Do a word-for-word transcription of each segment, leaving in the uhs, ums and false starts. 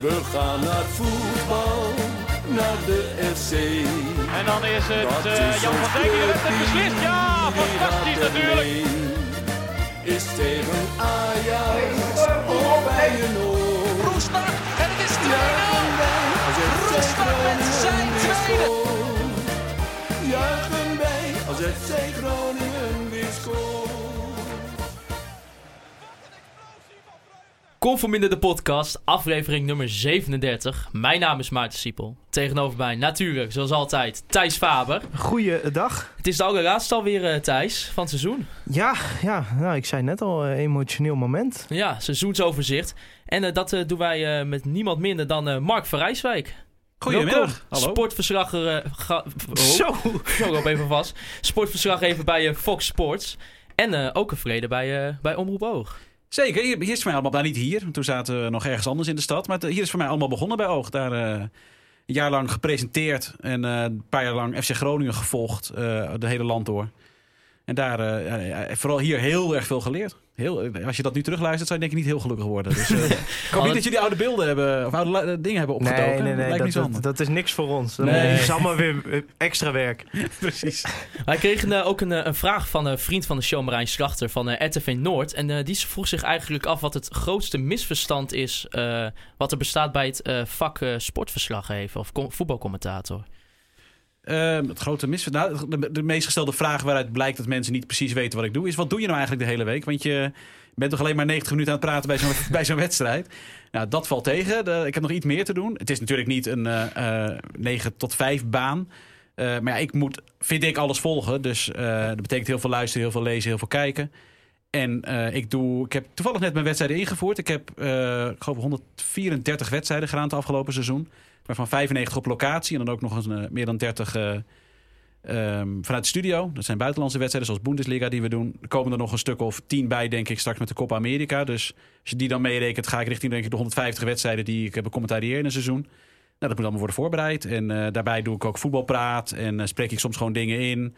We gaan naar voetbal, naar de F C. En dan is het uh, Jan van Dijk die het beslist. Ja, fantastisch natuurlijk. Is tegen Ajax of bij een oor. Roestak en het is twee nul. Roestak met zijn tweede. Juichen wij als F C Groningen weer scoort. Conforminder de podcast, aflevering nummer zevenendertig. Mijn naam is Maarten Siepel. Tegenover mij natuurlijk, zoals altijd, Thijs Faber. Goeiedag. Het is de allerlaatste alweer, uh, Thijs, van het seizoen. Ja, ja nou, ik zei net al, uh, emotioneel moment. Ja, seizoensoverzicht. En uh, dat uh, doen wij uh, met niemand minder dan uh, Mark van Rijswijk. Goedemiddag. Hallo. Sportverslaggever... Uh, ga, oh, Zo. Zo, loop even vast. Sportverslaggever bij uh, Fox Sports. En uh, ook een vrede bij, uh, bij Omroep Oog. Zeker, hier, hier is voor mij allemaal, nou niet hier, toen zaten we nog ergens anders in de stad. Maar hier is voor mij allemaal begonnen bij Oog. Daar uh, een jaar lang gepresenteerd en uh, een paar jaar lang F C Groningen gevolgd, uh, de hele land door. En daar uh, uh, vooral hier heel erg veel geleerd. Heel, als je dat nu terugluistert, zou je denk ik niet heel gelukkig worden. Dus uh, ik hoop niet dat jullie oude beelden hebben, of oude uh, dingen hebben opgedoken. Nee, nee, nee, dat, dat, dat, dat, dat is niks voor ons. Dat nee. is allemaal weer extra werk. Precies. Wij kregen uh, ook een, een vraag van een vriend van de show, Marijn Slachter, van uh, R T V Noord. En uh, die vroeg zich eigenlijk af wat het grootste misverstand is uh, wat er bestaat bij het uh, vak uh, sportverslaggever of com- voetbalcommentator. Uh, het grote misverstand. Nou, de, de meest gestelde vraag waaruit blijkt dat mensen niet precies weten wat ik doe, is wat doe je nou eigenlijk de hele week? Want je bent toch alleen maar negentig minuten aan het praten bij zo'n, bij zo'n wedstrijd. Nou, dat valt tegen. De, ik heb nog iets meer te doen. Het is natuurlijk niet een uh, uh, negen tot vijf baan. Uh, maar ja, ik moet, vind ik, alles volgen. Dus uh, dat betekent heel veel luisteren, heel veel lezen, heel veel kijken. En uh, ik doe, ik heb toevallig net mijn wedstrijden ingevoerd. Ik heb, uh, ik geloof, honderdvierendertig wedstrijden gedaan het afgelopen seizoen. Waarvan vijfennegentig op locatie en dan ook nog eens uh, meer dan dertig uh, um, vanuit de studio. Dat zijn buitenlandse wedstrijden zoals Bundesliga die we doen. Er komen er nog een stuk of tien bij, denk ik, straks met de Copa America. Dus als je die dan meerekent, ga ik richting denk ik de honderdvijftig wedstrijden die ik heb becommentarieerd in een seizoen. Nou, dat moet allemaal worden voorbereid. En uh, daarbij doe ik ook voetbalpraat en uh, spreek ik soms gewoon dingen in.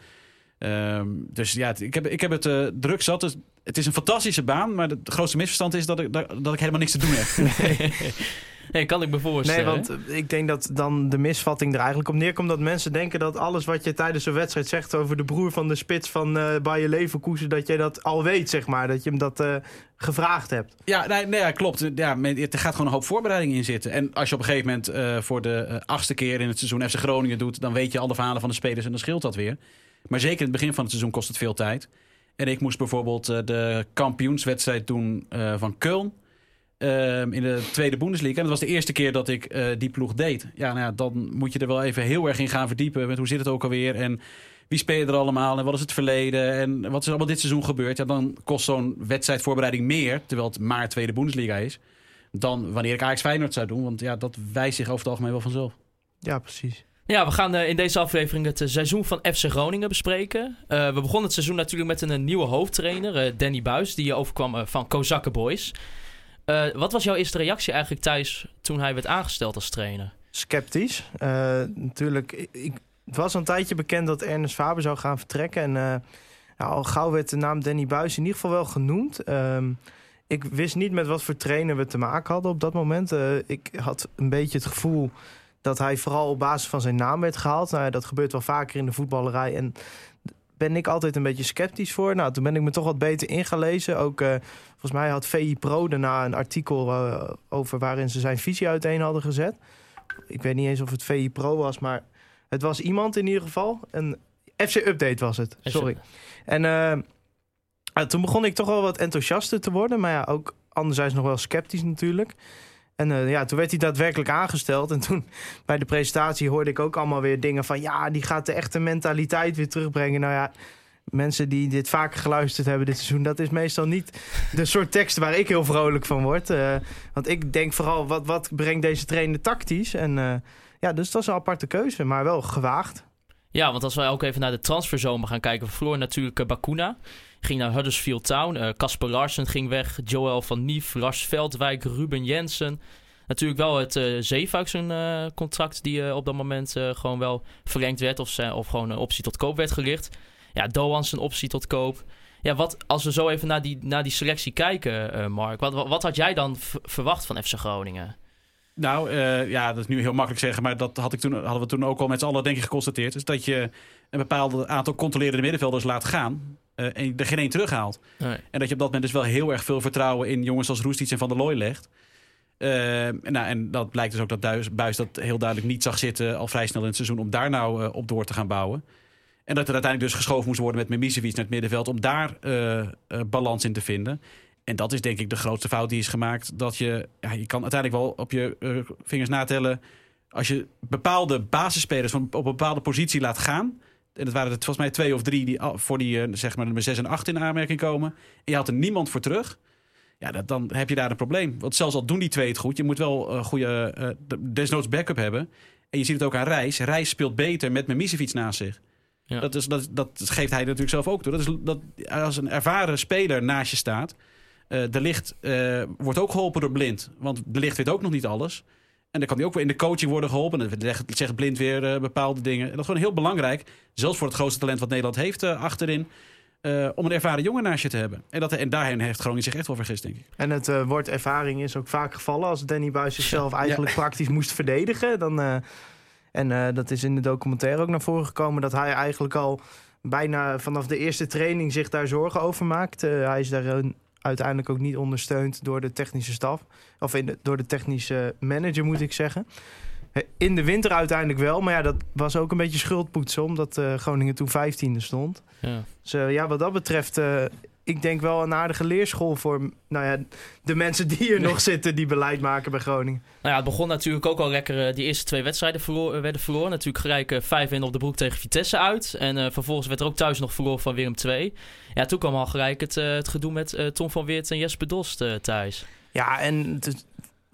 Um, dus ja, het, ik, heb, ik heb het uh, druk zat. Dus het is een fantastische baan, maar het grootste misverstand is dat ik, dat, dat ik helemaal niks te doen heb. Nee. Nee, kan ik me voorstellen. Nee, want uh, ik denk dat dan de misvatting er eigenlijk op neerkomt dat mensen denken dat alles wat je tijdens een wedstrijd zegt over de broer van de spits van uh, Bayer Leverkusen, dat je dat al weet, zeg maar. Dat je hem dat uh, gevraagd hebt. Ja, nee, nee, ja, klopt. Ja, er gaat gewoon een hoop voorbereiding in zitten. En als je op een gegeven moment uh, voor de uh, achtste keer in het seizoen F C Groningen doet, dan weet je alle verhalen van de spelers en dan scheelt dat weer. Maar zeker in het begin van het seizoen kost het veel tijd. En ik moest bijvoorbeeld uh, de kampioenswedstrijd doen uh, van Köln. Uh, in de tweede Bundesliga. En dat was de eerste keer dat ik uh, die ploeg deed. Ja, nou ja, dan moet je er wel even heel erg in gaan verdiepen. Met hoe zit het ook alweer? En wie spelen er allemaal? En wat is het verleden? En wat is er allemaal dit seizoen gebeurd? Ja, dan kost zo'n wedstrijdvoorbereiding meer, terwijl het maar tweede Bundesliga is, dan wanneer ik Ajax Feyenoord zou doen. Want ja, dat wijst zich over het algemeen wel vanzelf. Ja, precies. Ja, we gaan uh, in deze aflevering het uh, seizoen van F C Groningen bespreken. Uh, we begonnen het seizoen natuurlijk met een, een nieuwe hoofdtrainer, uh, Danny Buis, die overkwam uh, van Kozakke Boys. Uh, wat was jouw eerste reactie eigenlijk, Thijs, toen hij werd aangesteld als trainer? Sceptisch. Uh, natuurlijk, ik, het was al een tijdje bekend dat Ernest Faber zou gaan vertrekken. En uh, nou, al gauw werd de naam Danny Buis in ieder geval wel genoemd. Um, ik wist niet met wat voor trainer we te maken hadden op dat moment. Uh, ik had een beetje het gevoel dat hij vooral op basis van zijn naam werd gehaald. Nou, dat gebeurt wel vaker in de voetballerij. En ben ik altijd een beetje sceptisch voor. Nou, toen ben ik me toch wat beter ingelezen. Ook, uh, volgens mij had V I Pro daarna een artikel uh, over waarin ze zijn visie uiteen hadden gezet. Ik weet niet eens of het V I Pro was, maar het was iemand in ieder geval. Een F C Update was het, sorry. En uh, uh, toen begon ik toch wel wat enthousiaster te worden. Maar ja, ook anderzijds nog wel sceptisch natuurlijk. En uh, ja, toen werd hij daadwerkelijk aangesteld. En toen bij de presentatie hoorde ik ook allemaal weer dingen van, ja, die gaat de echte mentaliteit weer terugbrengen. Nou ja, mensen die dit vaker geluisterd hebben dit seizoen, dat is meestal niet de soort teksten waar ik heel vrolijk van word. Uh, want ik denk vooral, wat, wat brengt deze trainer tactisch? En uh, ja, dus dat is een aparte keuze, maar wel gewaagd. Ja, want als wij ook even naar de transferzomer gaan kijken, verloor natuurlijk uh, Bakuna. Ging naar Huddersfield Town. Casper uh, Larsen ging weg. Joël van Nief, Lars Veldwijk, Ruben Jensen. Natuurlijk wel het uh, Zeefuiksen uh, contract die uh, op dat moment uh, gewoon wel verlengd werd. Of, uh, of gewoon een optie tot koop werd gelicht. Ja, Doans een optie tot koop. Ja, wat, als we zo even naar die, naar die selectie kijken, uh, Mark. Wat, wat had jij dan v- verwacht van F C Groningen? Nou, uh, ja, dat is nu heel makkelijk zeggen, maar dat had ik toen, hadden we toen ook al met z'n allen denk ik geconstateerd. Is dat je een bepaald aantal controlerende middenvelders laat gaan uh, en er geen één terughaalt. Nee. En dat je op dat moment dus wel heel erg veel vertrouwen in jongens als Roestic en Van der Looy legt. Uh, nou, en dat blijkt dus ook dat Buijs dat heel duidelijk niet zag zitten al vrij snel in het seizoen om daar nou uh, op door te gaan bouwen. En dat er uiteindelijk dus geschoven moest worden met Mimicevic naar het middenveld om daar uh, uh, balans in te vinden. En dat is denk ik de grootste fout die is gemaakt. Dat je, ja, je kan uiteindelijk wel op je uh, vingers natellen. Als je bepaalde basisspelers van, op een bepaalde positie laat gaan. En dat waren er volgens mij twee of drie die voor die uh, zeg maar nummer zes en acht in aanmerking komen. En je haalt er niemand voor terug. Ja, dat, dan heb je daar een probleem. Want zelfs al doen die twee het goed. Je moet wel een uh, goede uh, desnoods backup hebben. En je ziet het ook aan Reis. Reis speelt beter met Mimicevic naast zich. Ja. Dat, is, dat, dat geeft hij natuurlijk zelf ook toe. Dat is, dat, als een ervaren speler naast je staat. Uh, de Ligt uh, wordt ook geholpen door Blind. Want de Ligt weet ook nog niet alles. En dan kan hij ook weer in de coaching worden geholpen. En dan zegt Blind weer uh, bepaalde dingen. En dat is gewoon heel belangrijk. Zelfs voor het grootste talent wat Nederland heeft uh, achterin. Uh, om een ervaren jongen naast je te hebben. En, dat, en daarin heeft Groningen zich echt wel vergist, denk ik. En het uh, woord ervaring is ook vaak gevallen. Als Danny Buijs zichzelf ja. eigenlijk ja. praktisch moest verdedigen. Dan, uh, en uh, dat is in de documentaire ook naar voren gekomen. Dat hij eigenlijk al bijna vanaf de eerste training zich daar zorgen over maakt. Uh, hij is daar uh, uiteindelijk ook niet ondersteund door de technische staf. Of in de, door de technische manager, moet ik zeggen. In de winter uiteindelijk wel. Maar ja, dat was ook een beetje schuldpoetsen. Omdat uh, Groningen toen vijftiende stond. Ja. Dus uh, ja, wat dat betreft... Uh, ik denk wel een aardige leerschool voor nou ja, de mensen die hier nog zitten... die beleid maken bij Groningen. Nou ja, het begon natuurlijk ook al lekker. Uh, die eerste twee wedstrijden verloor, werden verloren. Natuurlijk gelijk uh, vijf een op de Broek tegen Vitesse uit. En uh, vervolgens werd er ook thuis nog verloren van Willem twee. Ja, toen kwam al gelijk het, uh, het gedoe met uh, Tom van Weert en Jesper Dost uh, thuis. Ja, en... Het,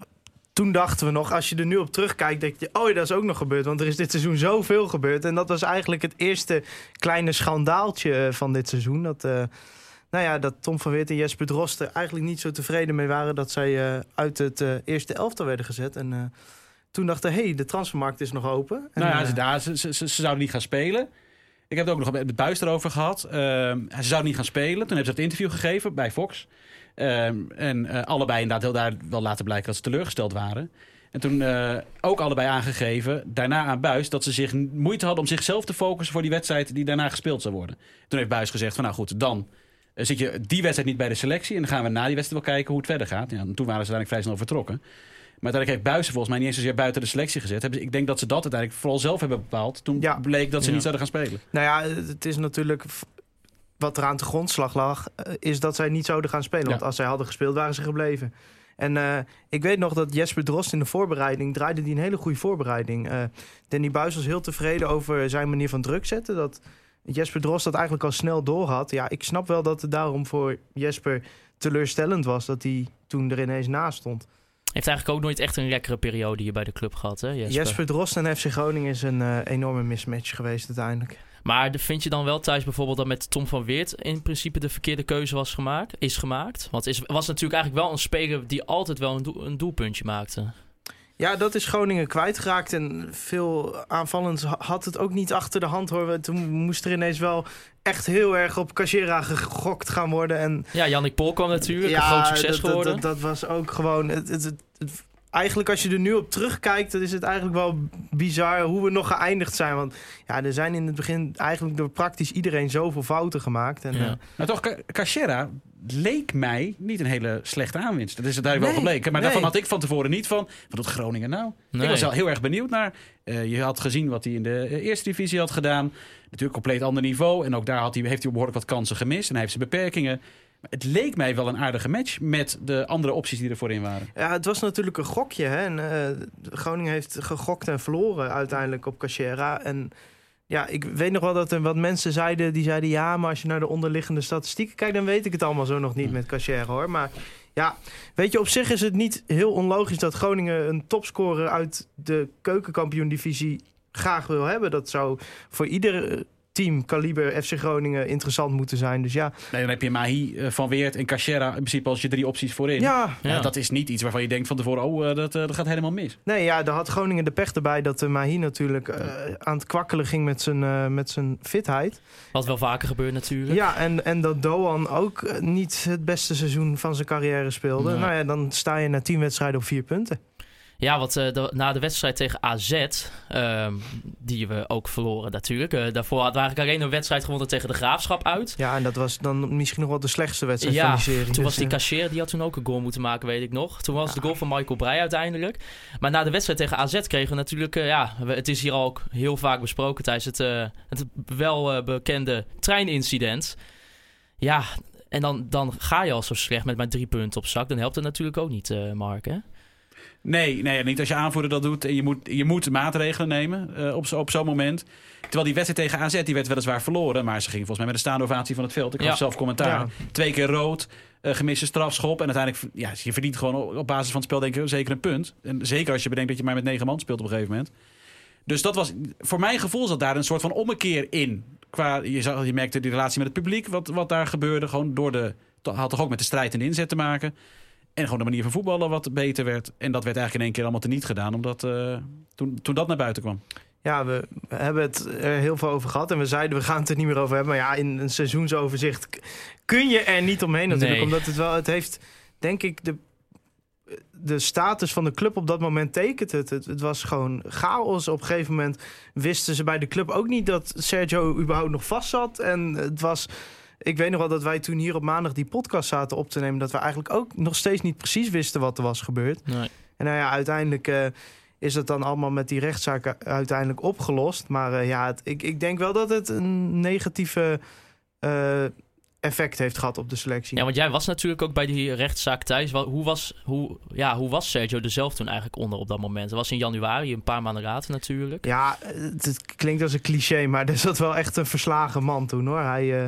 toen dachten we nog, als je er nu op terugkijkt, denk je... oh, dat is ook nog gebeurd, want er is dit seizoen zoveel gebeurd. En dat was eigenlijk het eerste kleine schandaaltje van dit seizoen. Dat, uh, nou ja, dat Tom van Weert en Jesper Drost er eigenlijk niet zo tevreden mee waren... dat zij uh, uit het uh, eerste elftal werden gezet. En uh, toen dachten hé, hey, de transfermarkt is nog open. En, nou ja, uh, ze, daar, ze, ze, ze zouden niet gaan spelen. Ik heb het ook nog met Buijs erover gehad. Uh, ze zouden niet gaan spelen. Toen hebben ze het interview gegeven bij Fox... Um, en uh, allebei inderdaad heel daar wel laten blijken dat ze teleurgesteld waren. En toen uh, ook allebei aangegeven, daarna aan Buijs... dat ze zich moeite hadden om zichzelf te focussen... voor die wedstrijd die daarna gespeeld zou worden. Toen heeft Buijs gezegd van nou goed, dan uh, zit je die wedstrijd niet bij de selectie... en dan gaan we na die wedstrijd wel kijken hoe het verder gaat. Ja, en toen waren ze uiteindelijk vrij snel vertrokken. Maar uiteindelijk heeft Buijs volgens mij niet eens zozeer buiten de selectie gezet. Hebben ze, ik denk dat ze dat uiteindelijk vooral zelf hebben bepaald... toen ja. bleek dat ze ja. niet zouden gaan spelen. Nou ja, het is natuurlijk... wat er aan de grondslag lag, uh, is dat zij niet zouden gaan spelen. Ja. Want als zij hadden gespeeld, waren ze gebleven. En uh, ik weet nog dat Jesper Drost in de voorbereiding... draaide die een hele goede voorbereiding. Uh, Danny Buijs was heel tevreden over zijn manier van druk zetten. Dat Jesper Drost dat eigenlijk al snel door had. Ja, ik snap wel dat het daarom voor Jesper teleurstellend was... dat hij toen er ineens naast stond. Heeft eigenlijk ook nooit echt een lekkere periode hier bij de club gehad, hè, Jesper? Jesper Drost en F C Groningen is een uh, enorme mismatch geweest uiteindelijk. Maar vind je dan wel thuis bijvoorbeeld dat met Tom van Weert in principe de verkeerde keuze was gemaakt, is gemaakt? Want het was natuurlijk eigenlijk wel een speler die altijd wel een, doel, een doelpuntje maakte. Ja, dat is Groningen kwijtgeraakt. En veel aanvallend had het ook niet achter de hand, hoor. Toen moest er ineens wel echt heel erg op Cachera gegokt gaan worden. En ja, Yannick Pol kwam natuurlijk, ja, een groot succes dat, geworden. Dat, dat, dat was ook gewoon... Het, het, het, het, eigenlijk als je er nu op terugkijkt, dan is het eigenlijk wel bizar hoe we nog geëindigd zijn. Want ja, er zijn in het begin eigenlijk door praktisch iedereen zoveel fouten gemaakt. En, ja. uh, nou toch, Cachera leek mij niet een hele slechte aanwinst. Dat is het duidelijk nee, wel gebleken. Maar nee. daarvan had ik van tevoren niet van, wat doet Groningen nou? Nee. Ik was wel heel erg benieuwd naar. Uh, je had gezien wat hij in de eerste divisie had gedaan. Natuurlijk compleet ander niveau. En ook daar had hij, heeft hij behoorlijk wat kansen gemist. En hij heeft zijn beperkingen. Maar het leek mij wel een aardige match met de andere opties die er voorin waren. Ja, het was natuurlijk een gokje. Hè? En, uh, Groningen heeft gegokt en verloren uiteindelijk op Cachera. En ja, ik weet nog wel dat er wat mensen zeiden, die zeiden ja, maar als je naar de onderliggende statistieken kijkt, dan weet ik het allemaal zo nog niet met Cachera, hoor. Maar ja, weet je, op zich is het niet heel onlogisch dat Groningen een topscorer uit de keukenkampioen-divisie graag wil hebben. Dat zou voor ieder team kaliber F C Groningen interessant moeten zijn. Dus ja. Nee, dan heb je Mahi, uh, Van Weert en Cachera in principe als je drie opties voorin. Ja. ja. ja. Dat is niet iets waarvan je denkt van tevoren, oh, uh, dat, uh, dat gaat helemaal mis. Nee, ja, daar had Groningen de pech erbij dat uh, Mahi natuurlijk uh, aan het kwakkelen ging met zijn, uh, met zijn fitheid. Wat wel vaker gebeurt natuurlijk. Ja, en, en dat Doan ook uh, niet het beste seizoen van zijn carrière speelde. Nee. Nou ja, dan sta je na tien wedstrijden op vier punten. Ja, want uh, de, na de wedstrijd tegen A Z, um, die we ook verloren natuurlijk. Uh, daarvoor hadden we eigenlijk alleen een wedstrijd gewonnen tegen de Graafschap uit. Ja, en dat was dan misschien nog wel de slechtste wedstrijd ja, van die serie. toen dus, was die uh... cashier, die had toen ook een goal moeten maken, weet ik nog. Toen was ja. de goal van Michael Breij uiteindelijk. Maar na de wedstrijd tegen A Z kregen we natuurlijk... Uh, ja, het is hier al ook heel vaak besproken tijdens het, uh, het wel uh, bekende treinincident. Ja, en dan, dan ga je al zo slecht met maar drie punten op zak. Dan helpt het natuurlijk ook niet, uh, Mark, hè? Nee, nee, niet als je aanvoerder dat doet. En je moet, je moet maatregelen nemen uh, op, zo, op zo'n moment. Terwijl die wedstrijd tegen A Z, die werd weliswaar verloren. Maar ze ging volgens mij met een staande ovatie van het veld. Ik gaf ja. zelf commentaar. Ja. Twee keer rood, uh, gemiste strafschop. En uiteindelijk, ja, je verdient gewoon op basis van het spel denk ik zeker een punt. En zeker als je bedenkt dat je maar met negen man speelt op een gegeven moment. Dus dat was, voor mijn gevoel zat daar een soort van ommekeer in. Qua, je, zag, je merkte die relatie met het publiek, wat, wat daar gebeurde. Gewoon door de, had toch ook met de strijd en de inzet te maken. En gewoon de manier van voetballen wat beter werd. En dat werd eigenlijk in één keer allemaal teniet gedaan. Omdat uh, toen, toen dat naar buiten kwam. Ja, we hebben het er heel veel over gehad. En we zeiden, we gaan het er niet meer over hebben. Maar ja, in een seizoensoverzicht kun je er niet omheen natuurlijk. Nee. Omdat het wel, het heeft, denk ik, de, de status van de club op dat moment tekent het. het. Het was gewoon chaos. Op een gegeven moment wisten ze bij de club ook niet dat Sergio überhaupt nog vast zat. En het was... Ik weet nog wel dat wij toen hier op maandag die podcast zaten op te nemen... dat we eigenlijk ook nog steeds niet precies wisten wat er was gebeurd. Nee. En nou ja, uiteindelijk uh, is het dan allemaal met die rechtszaak uiteindelijk opgelost. Maar uh, ja, het, ik, ik denk wel dat het een negatieve uh, effect heeft gehad op de selectie. Ja, want jij was natuurlijk ook bij die rechtszaak thuis. Hoe was, hoe, ja, hoe was Sergio er zelf toen eigenlijk onder op dat moment? Dat was in januari, een paar maanden later natuurlijk. Ja, het, het klinkt als een cliché, maar er zat wel echt een verslagen man toen, hoor. Hij... Uh,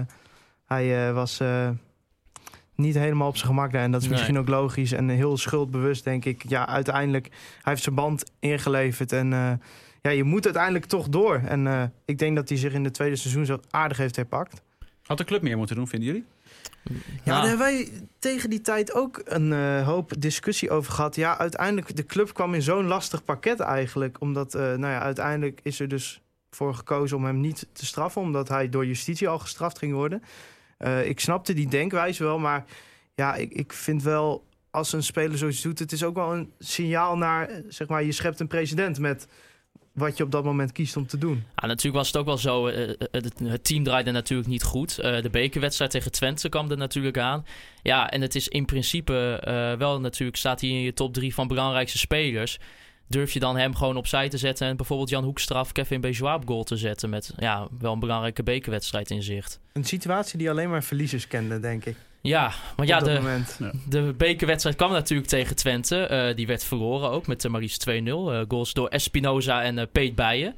Hij uh, was uh, niet helemaal op zijn gemak daar. En dat is nee. misschien ook logisch en heel schuldbewust, denk ik. Ja, uiteindelijk, hij heeft zijn band ingeleverd. En uh, ja, je moet uiteindelijk toch door. En uh, ik denk dat hij zich in het tweede seizoen zo aardig heeft herpakt. Had de club meer moeten doen, vinden jullie? Ja, ja. Daar hebben wij tegen die tijd ook een uh, hoop discussie over gehad. Ja, uiteindelijk, de club kwam in zo'n lastig pakket eigenlijk. Omdat, uh, nou ja, uiteindelijk is er dus voor gekozen om hem niet te straffen. Omdat hij door justitie al gestraft ging worden. Uh, ik snapte die denkwijze wel, maar ja, ik, ik vind wel, als een speler zoiets doet, het is ook wel een signaal naar, zeg maar, je schept een precedent met wat je op dat moment kiest om te doen. Ja, natuurlijk was het ook wel zo, uh, het, het team draaide natuurlijk niet goed. Uh, de bekerwedstrijd tegen Twente kwam er natuurlijk aan. Ja, en het is in principe uh, wel natuurlijk, staat hij in je top drie van belangrijkste spelers. Durf je dan hem gewoon opzij te zetten en bijvoorbeeld Jan Hoekstraf, Kevin Bejois op goal te zetten met ja, wel een belangrijke bekerwedstrijd in zicht. Een situatie die alleen maar verliezers kende, denk ik. Ja, want ja de, de bekerwedstrijd kwam natuurlijk tegen Twente. Uh, die werd verloren ook met uh, maar liefst twee nul. Uh, goals door Espinoza en uh, Peet Bijen.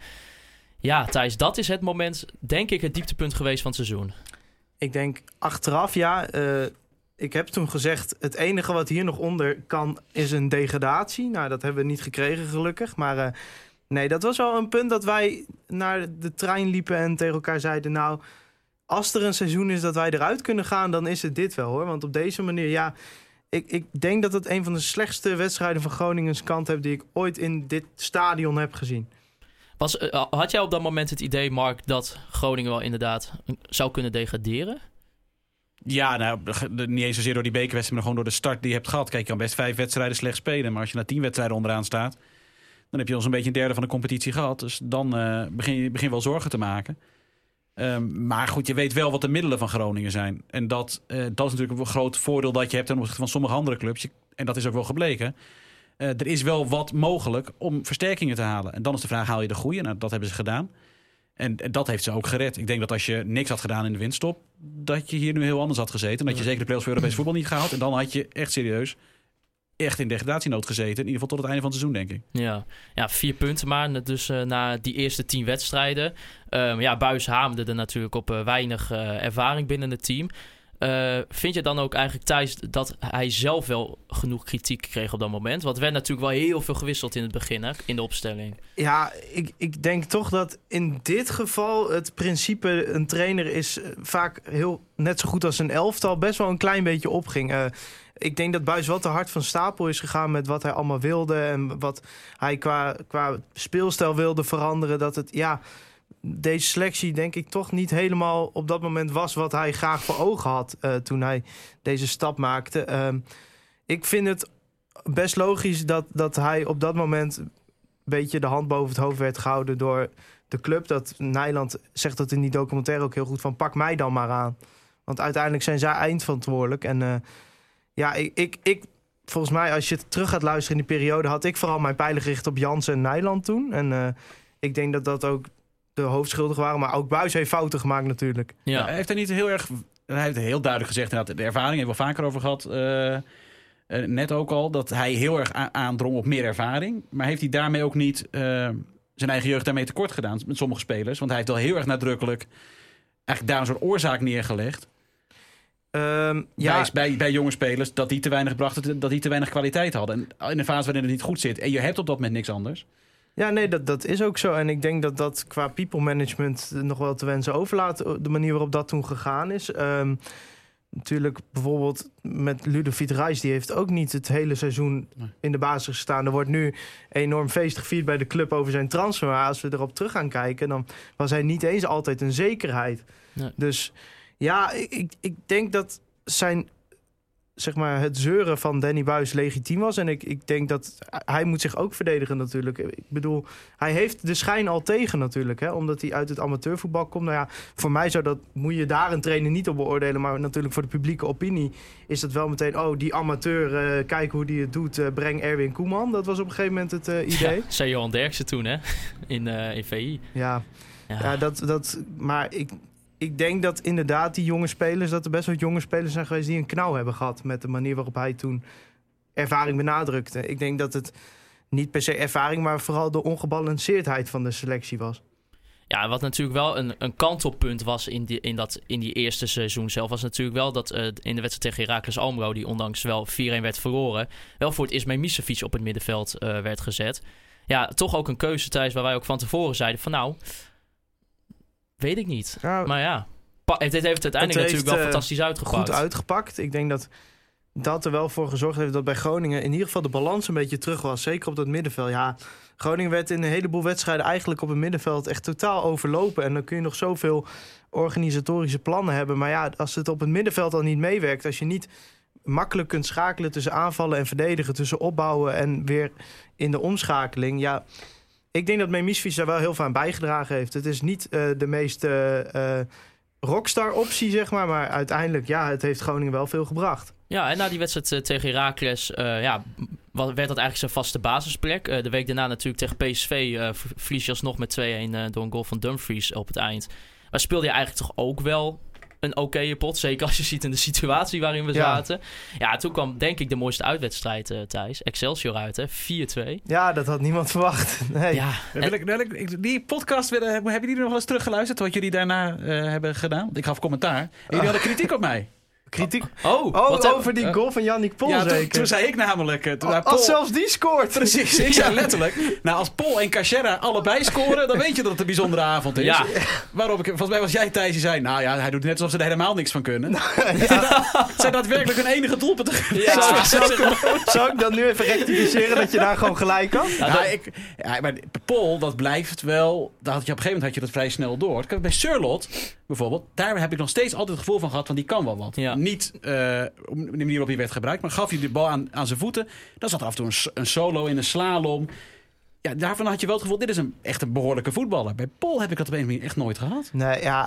Ja, Thijs, dat is het moment, denk ik, het dieptepunt geweest van het seizoen. Ik denk achteraf, ja... Uh... Ik heb toen gezegd, het enige wat hier nog onder kan is een degradatie. Nou, dat hebben we niet gekregen gelukkig. Maar uh, nee, dat was wel een punt dat wij naar de trein liepen en tegen elkaar zeiden... nou, als er een seizoen is dat wij eruit kunnen gaan, dan is het dit wel, hoor. Want op deze manier, ja... Ik, ik denk dat het een van de slechtste wedstrijden van Groningens kant heb die ik ooit in dit stadion heb gezien. Was, uh, had jij op dat moment het idee, Mark, dat Groningen wel inderdaad zou kunnen degraderen? Ja, nou, niet eens zozeer door die bekerwedstrijd, maar gewoon door de start die je hebt gehad. Kijk, je kan best vijf wedstrijden slecht spelen. Maar als je na tien wedstrijden onderaan staat, dan heb je al zo'n beetje een derde van de competitie gehad. Dus dan uh, begin je begin wel zorgen te maken. Um, maar goed, je weet wel wat de middelen van Groningen zijn. En dat, uh, dat is natuurlijk een groot voordeel dat je hebt ten opzichte van sommige andere clubs. Je, en dat is ook wel gebleken. Uh, er is wel wat mogelijk om versterkingen te halen. En dan is de vraag, haal je de goede? Nou, dat hebben ze gedaan. En, en dat heeft ze ook gered. Ik denk dat als je niks had gedaan in de winststop, dat je hier nu heel anders had gezeten. En dat je zeker de play-offs voor Europees voetbal niet gehaald. En dan had je echt serieus echt in degradatienood gezeten. In ieder geval tot het einde van het seizoen, denk ik. Ja, ja vier punten maar. Dus uh, na die eerste tien wedstrijden. Um, ja, Buijs hamerde er natuurlijk op uh, weinig uh, ervaring binnen het team. Uh, vind je dan ook eigenlijk, Thijs, dat hij zelf wel genoeg kritiek kreeg op dat moment? Want er werd natuurlijk wel heel veel gewisseld in het begin, hè, in de opstelling. Ja, ik, ik denk toch dat in dit geval het principe een trainer is vaak heel net zo goed als een elftal best wel een klein beetje opging. Uh, ik denk dat Buijs wel te hard van stapel is gegaan met wat hij allemaal wilde en wat hij qua, qua speelstijl wilde veranderen. Dat het, ja... Deze selectie denk ik toch niet helemaal op dat moment was wat hij graag voor ogen had uh, toen hij deze stap maakte. Uh, ik vind het best logisch dat, dat hij op dat moment een beetje de hand boven het hoofd werd gehouden door de club. Dat Nijland zegt dat in die documentaire ook heel goed van pak mij dan maar aan. Want uiteindelijk zijn zij eindverantwoordelijk. En uh, ja, ik, ik, ik, volgens mij als je terug gaat luisteren in die periode had ik vooral mijn pijlen gericht op Jansen en Nijland toen. En uh, ik denk dat dat ook de hoofdschuldigen waren. Maar ook Buijs heeft fouten gemaakt natuurlijk. Ja. Ja, hij heeft er niet heel erg... Hij heeft heel duidelijk gezegd, inderdaad, de ervaring hebben we wel vaker over gehad. Uh, uh, net ook al, dat hij heel erg a- aandrong op meer ervaring. Maar heeft hij daarmee ook niet uh, zijn eigen jeugd daarmee tekort gedaan met sommige spelers? Want hij heeft wel heel erg nadrukkelijk eigenlijk daar een soort oorzaak neergelegd. Um, ja. bij, bij, bij jonge spelers, dat die te weinig brachten, dat die te weinig kwaliteit hadden. En in een fase waarin het niet goed zit en je hebt op dat moment niks anders. Ja, nee, dat, dat is ook zo. En ik denk dat dat qua people management nog wel te wensen overlaat. De manier waarop dat toen gegaan is. Um, natuurlijk bijvoorbeeld met Ludovic Reis. Die heeft ook niet het hele seizoen in de basis gestaan. Er wordt nu enorm feest gevierd bij de club over zijn transfer. Maar als we erop terug gaan kijken, dan was hij niet eens altijd een zekerheid. Nee. Dus ja, ik, ik denk dat zijn... zeg maar, het zeuren van Danny Buijs legitiem was. En ik, ik denk dat hij moet zich ook verdedigen natuurlijk. Ik bedoel, hij heeft de schijn al tegen natuurlijk. Hè, omdat hij uit het amateurvoetbal komt. Nou ja, voor mij zou dat, moet je daar een trainer niet op beoordelen. Maar natuurlijk voor de publieke opinie is dat wel meteen... oh, die amateur, uh, kijk hoe die het doet, uh, breng Erwin Koeman. Dat was op een gegeven moment het uh, idee. Ja, zei Johan Derksen toen, hè? In, uh, in V I. Ja, ja. ja dat, dat, maar ik... Ik denk dat inderdaad die jonge spelers... dat er best wel jonge spelers zijn geweest die een knauw hebben gehad... met de manier waarop hij toen ervaring benadrukte. Ik denk dat het niet per se ervaring... maar vooral de ongebalanceerdheid van de selectie was. Ja, wat natuurlijk wel een, een kantelpunt was in die, in, dat, in die eerste seizoen zelf... was natuurlijk wel dat uh, in de wedstrijd tegen Heracles Almelo... die ondanks wel vier-een werd verloren... wel voor het eerst Memisevic op het middenveld uh, werd gezet. Ja, toch ook een keuze, Thijs, waar wij ook van tevoren zeiden... van nou... Weet ik niet. Ja, maar ja, pa- het heeft uiteindelijk het heeft, natuurlijk wel uh, fantastisch uitgepakt. Goed uitgepakt. Ik denk dat dat er wel voor gezorgd heeft dat bij Groningen in ieder geval de balans een beetje terug was. Zeker op dat middenveld. Ja, Groningen werd in een heleboel wedstrijden eigenlijk op het middenveld echt totaal overlopen. En dan kun je nog zoveel organisatorische plannen hebben. Maar ja, als het op het middenveld al niet meewerkt, als je niet makkelijk kunt schakelen tussen aanvallen en verdedigen, tussen opbouwen en weer in de omschakeling, ja... Ik denk dat Memisevic daar wel heel veel aan bijgedragen heeft. Het is niet uh, de meest uh, uh, rockstar optie, zeg maar. Maar uiteindelijk, ja, het heeft Groningen wel veel gebracht. Ja, en na die wedstrijd uh, tegen Heracles... Uh, ja, werd dat eigenlijk zijn vaste basisplek. Uh, de week daarna natuurlijk tegen P S V... Uh, verlies je alsnog met twee-een uh, door een goal van Dumfries op het eind. Maar speelde je eigenlijk toch ook wel... een oké pot, zeker als je ziet in de situatie waarin we ja. zaten. Ja, toen kwam denk ik de mooiste uitwedstrijd, uh, Thijs. Excelsior uit, hè? vier-twee. Ja, dat had niemand verwacht. Nee. Ja, en... ik, ik, die podcast, hebben jullie nog wel eens teruggeluisterd... wat jullie daarna uh, hebben gedaan? Want ik gaf commentaar. En jullie oh. hadden kritiek op mij. Kritiek? Oh, oh over heb... die goal van Yannick Pol, ja, zeker? Toen, toen zei ik namelijk... Toen als Pol... zelfs die scoort. Precies, ik zei letterlijk... Nou, als Pol en Cachera allebei scoren... dan weet je dat het een bijzondere avond is. Ja. Waarop ik... Volgens mij was jij, Thijs, die zei... Nou ja, hij doet net alsof ze er helemaal niks van kunnen. Ja. Het zijn daadwerkelijk hun enige doelpunt. Ja. Zou, zou, ik, zou ik dan nu even rectificeren... dat je daar gewoon gelijk had? Ja, nou, ik, ja, maar Pol, dat blijft wel... Dat had je, op een gegeven moment had je dat vrij snel door. Bij Surlot, bijvoorbeeld... daar heb ik nog steeds altijd het gevoel van gehad... van die kan wel wat. Ja. Niet... Uh, op de manier waarop hij werd gebruikt. Maar gaf hij de bal aan, aan zijn voeten. Dan zat er af en toe een, een solo in een slalom. Ja, daarvan had je wel het gevoel... dit is een, echt een behoorlijke voetballer. Bij Pol heb ik dat op een manier echt nooit gehad. Nee, ja...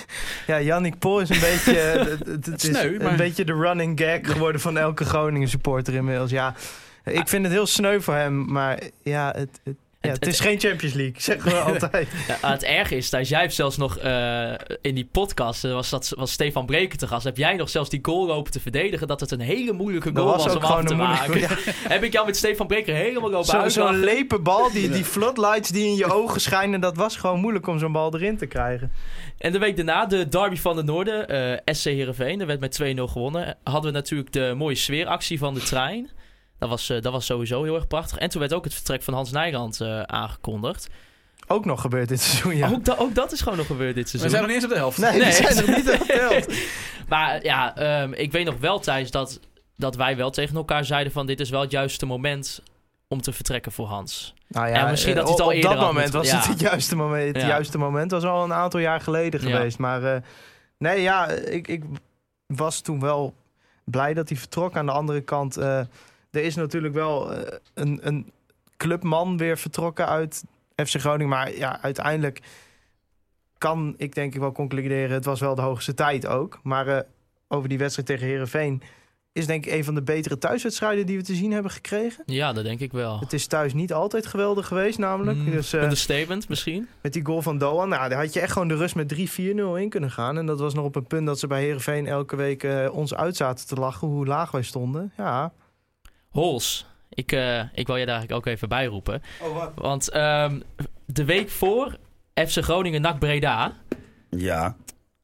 ja Yannick Pol is een beetje... het, het, het sneu, is maar... een beetje de running gag geworden... van elke Groningen supporter inmiddels. Ja, ik vind het heel sneu voor hem. Maar ja, het... het Ja, het, het is het, geen Champions League, zeggen we altijd. Ja, het erge is, Thijs, jij hebt zelfs nog uh, in die podcast, uh, was, dat, was Stefan Breker te gast, heb jij nog zelfs die goal lopen te verdedigen, dat het een hele moeilijke goal dat was, was om af te maken. Ja. Heb ik jou met Stefan Breker helemaal lopen Zo, uitlachen. Zo'n lepe bal, die, die floodlights die in je ogen schijnen, dat was gewoon moeilijk om zo'n bal erin te krijgen. En de week daarna, de derby van de Noorden, uh, S C Heerenveen, er werd met twee-nul gewonnen. Hadden we natuurlijk de mooie sfeeractie van de trein. Dat was, uh, dat was sowieso heel erg prachtig. En toen werd ook het vertrek van Hans Nijland uh, aangekondigd. Ook nog gebeurd dit seizoen, ja. Ook, da- ook dat is gewoon nog gebeurd dit seizoen. We zijn nog niet eens op de helft. Nee, nee. we zijn nog niet op de helft. Maar ja, um, ik weet nog wel, Thijs, dat, dat wij wel tegen elkaar zeiden van... dit is wel het juiste moment om te vertrekken voor Hans. Nou ja, en misschien dat hij het al op eerder dat moment had was ja. het het juiste moment. Het ja. juiste moment was al een aantal jaar geleden geweest. Ja. Maar uh, nee, ja, ik, ik was toen wel blij dat hij vertrok. Aan de andere kant... Uh, er is natuurlijk wel uh, een, een clubman weer vertrokken uit F C Groningen. Maar ja, uiteindelijk kan ik denk ik wel concluderen... het was wel de hoogste tijd ook. Maar uh, over die wedstrijd tegen Heerenveen... is denk ik een van de betere thuiswedstrijden die we te zien hebben gekregen. Ja, dat denk ik wel. Het is thuis niet altijd geweldig geweest namelijk. Mm, dus, uh, understatement misschien. Met die goal van Doan, nou, daar had je echt gewoon de rust met drie vier nul in kunnen gaan. En dat was nog op een punt dat ze bij Heerenveen elke week uh, ons uit zaten te lachen hoe laag wij stonden. Ja. Hols, ik, uh, ik wil je daar eigenlijk ook even bij roepen. Oh, wat? Want um, de week voor F C Groningen N A C Breda... Ja.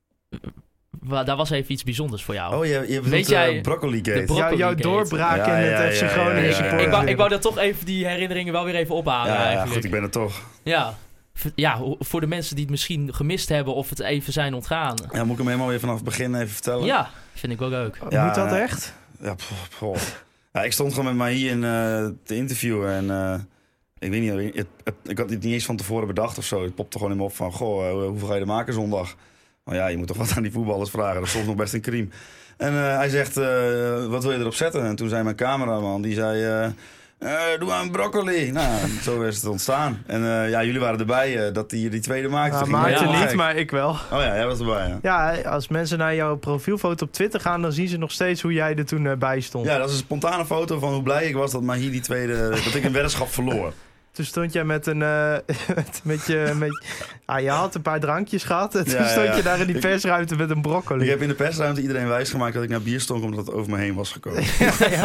Daar was even iets bijzonders voor jou. Oh, je, je bedoelt Weet jij, uh, Broccoli Gate. Broccoli Jou, jouw Gate. doorbraak Ja, in ja, het F C ja, Groningen ja, ja, supporters. Ik wou, ik wou dat toch even die herinneringen wel weer even ophalen. Ja, ja, eigenlijk. goed, ik ben er toch. Ja. Ja, voor de mensen die het misschien gemist hebben of het even zijn ontgaan. Ja, moet ik hem helemaal weer vanaf het begin even vertellen? Ja, vind ik wel leuk. Ja, Moet dat echt? Ja, pff, pff. Ja, ik stond gewoon met Mahi in uh, te interviewen en uh, ik weet niet, het, het, ik had het niet eens van tevoren bedacht of zo. Het popte gewoon in me op van, goh, uh, hoeveel ga je er maken zondag? Nou ja, je moet toch wat aan die voetballers vragen. Dat is soms nog best een crime. En uh, hij zegt, uh, wat wil je erop zetten? En toen zei mijn cameraman, die zei, uh, uh, doe maar een broccoli. Nou, zo is het ontstaan. En uh, ja, jullie waren erbij uh, dat hij die tweede maakte. Ja, Ging Maarten helemaal niet, gek. maar ik wel. Oh ja, jij was erbij, ja. Ja, als mensen naar jouw profielfoto op Twitter gaan... dan zien ze nog steeds hoe jij er toen uh, bij stond. Ja, dat is een spontane foto van hoe blij ik was dat Mahi die tweede... dat ik een weddenschap verloor. Toen stond jij met een... Uh, met, met je, met, ah, je had een paar drankjes gehad. En toen Ja, ja, stond ja. je daar in die persruimte met een broccoli. Ik heb in de persruimte iedereen wijsgemaakt dat ik naar bier stonk... omdat het over me heen was gekomen. Ja, ja.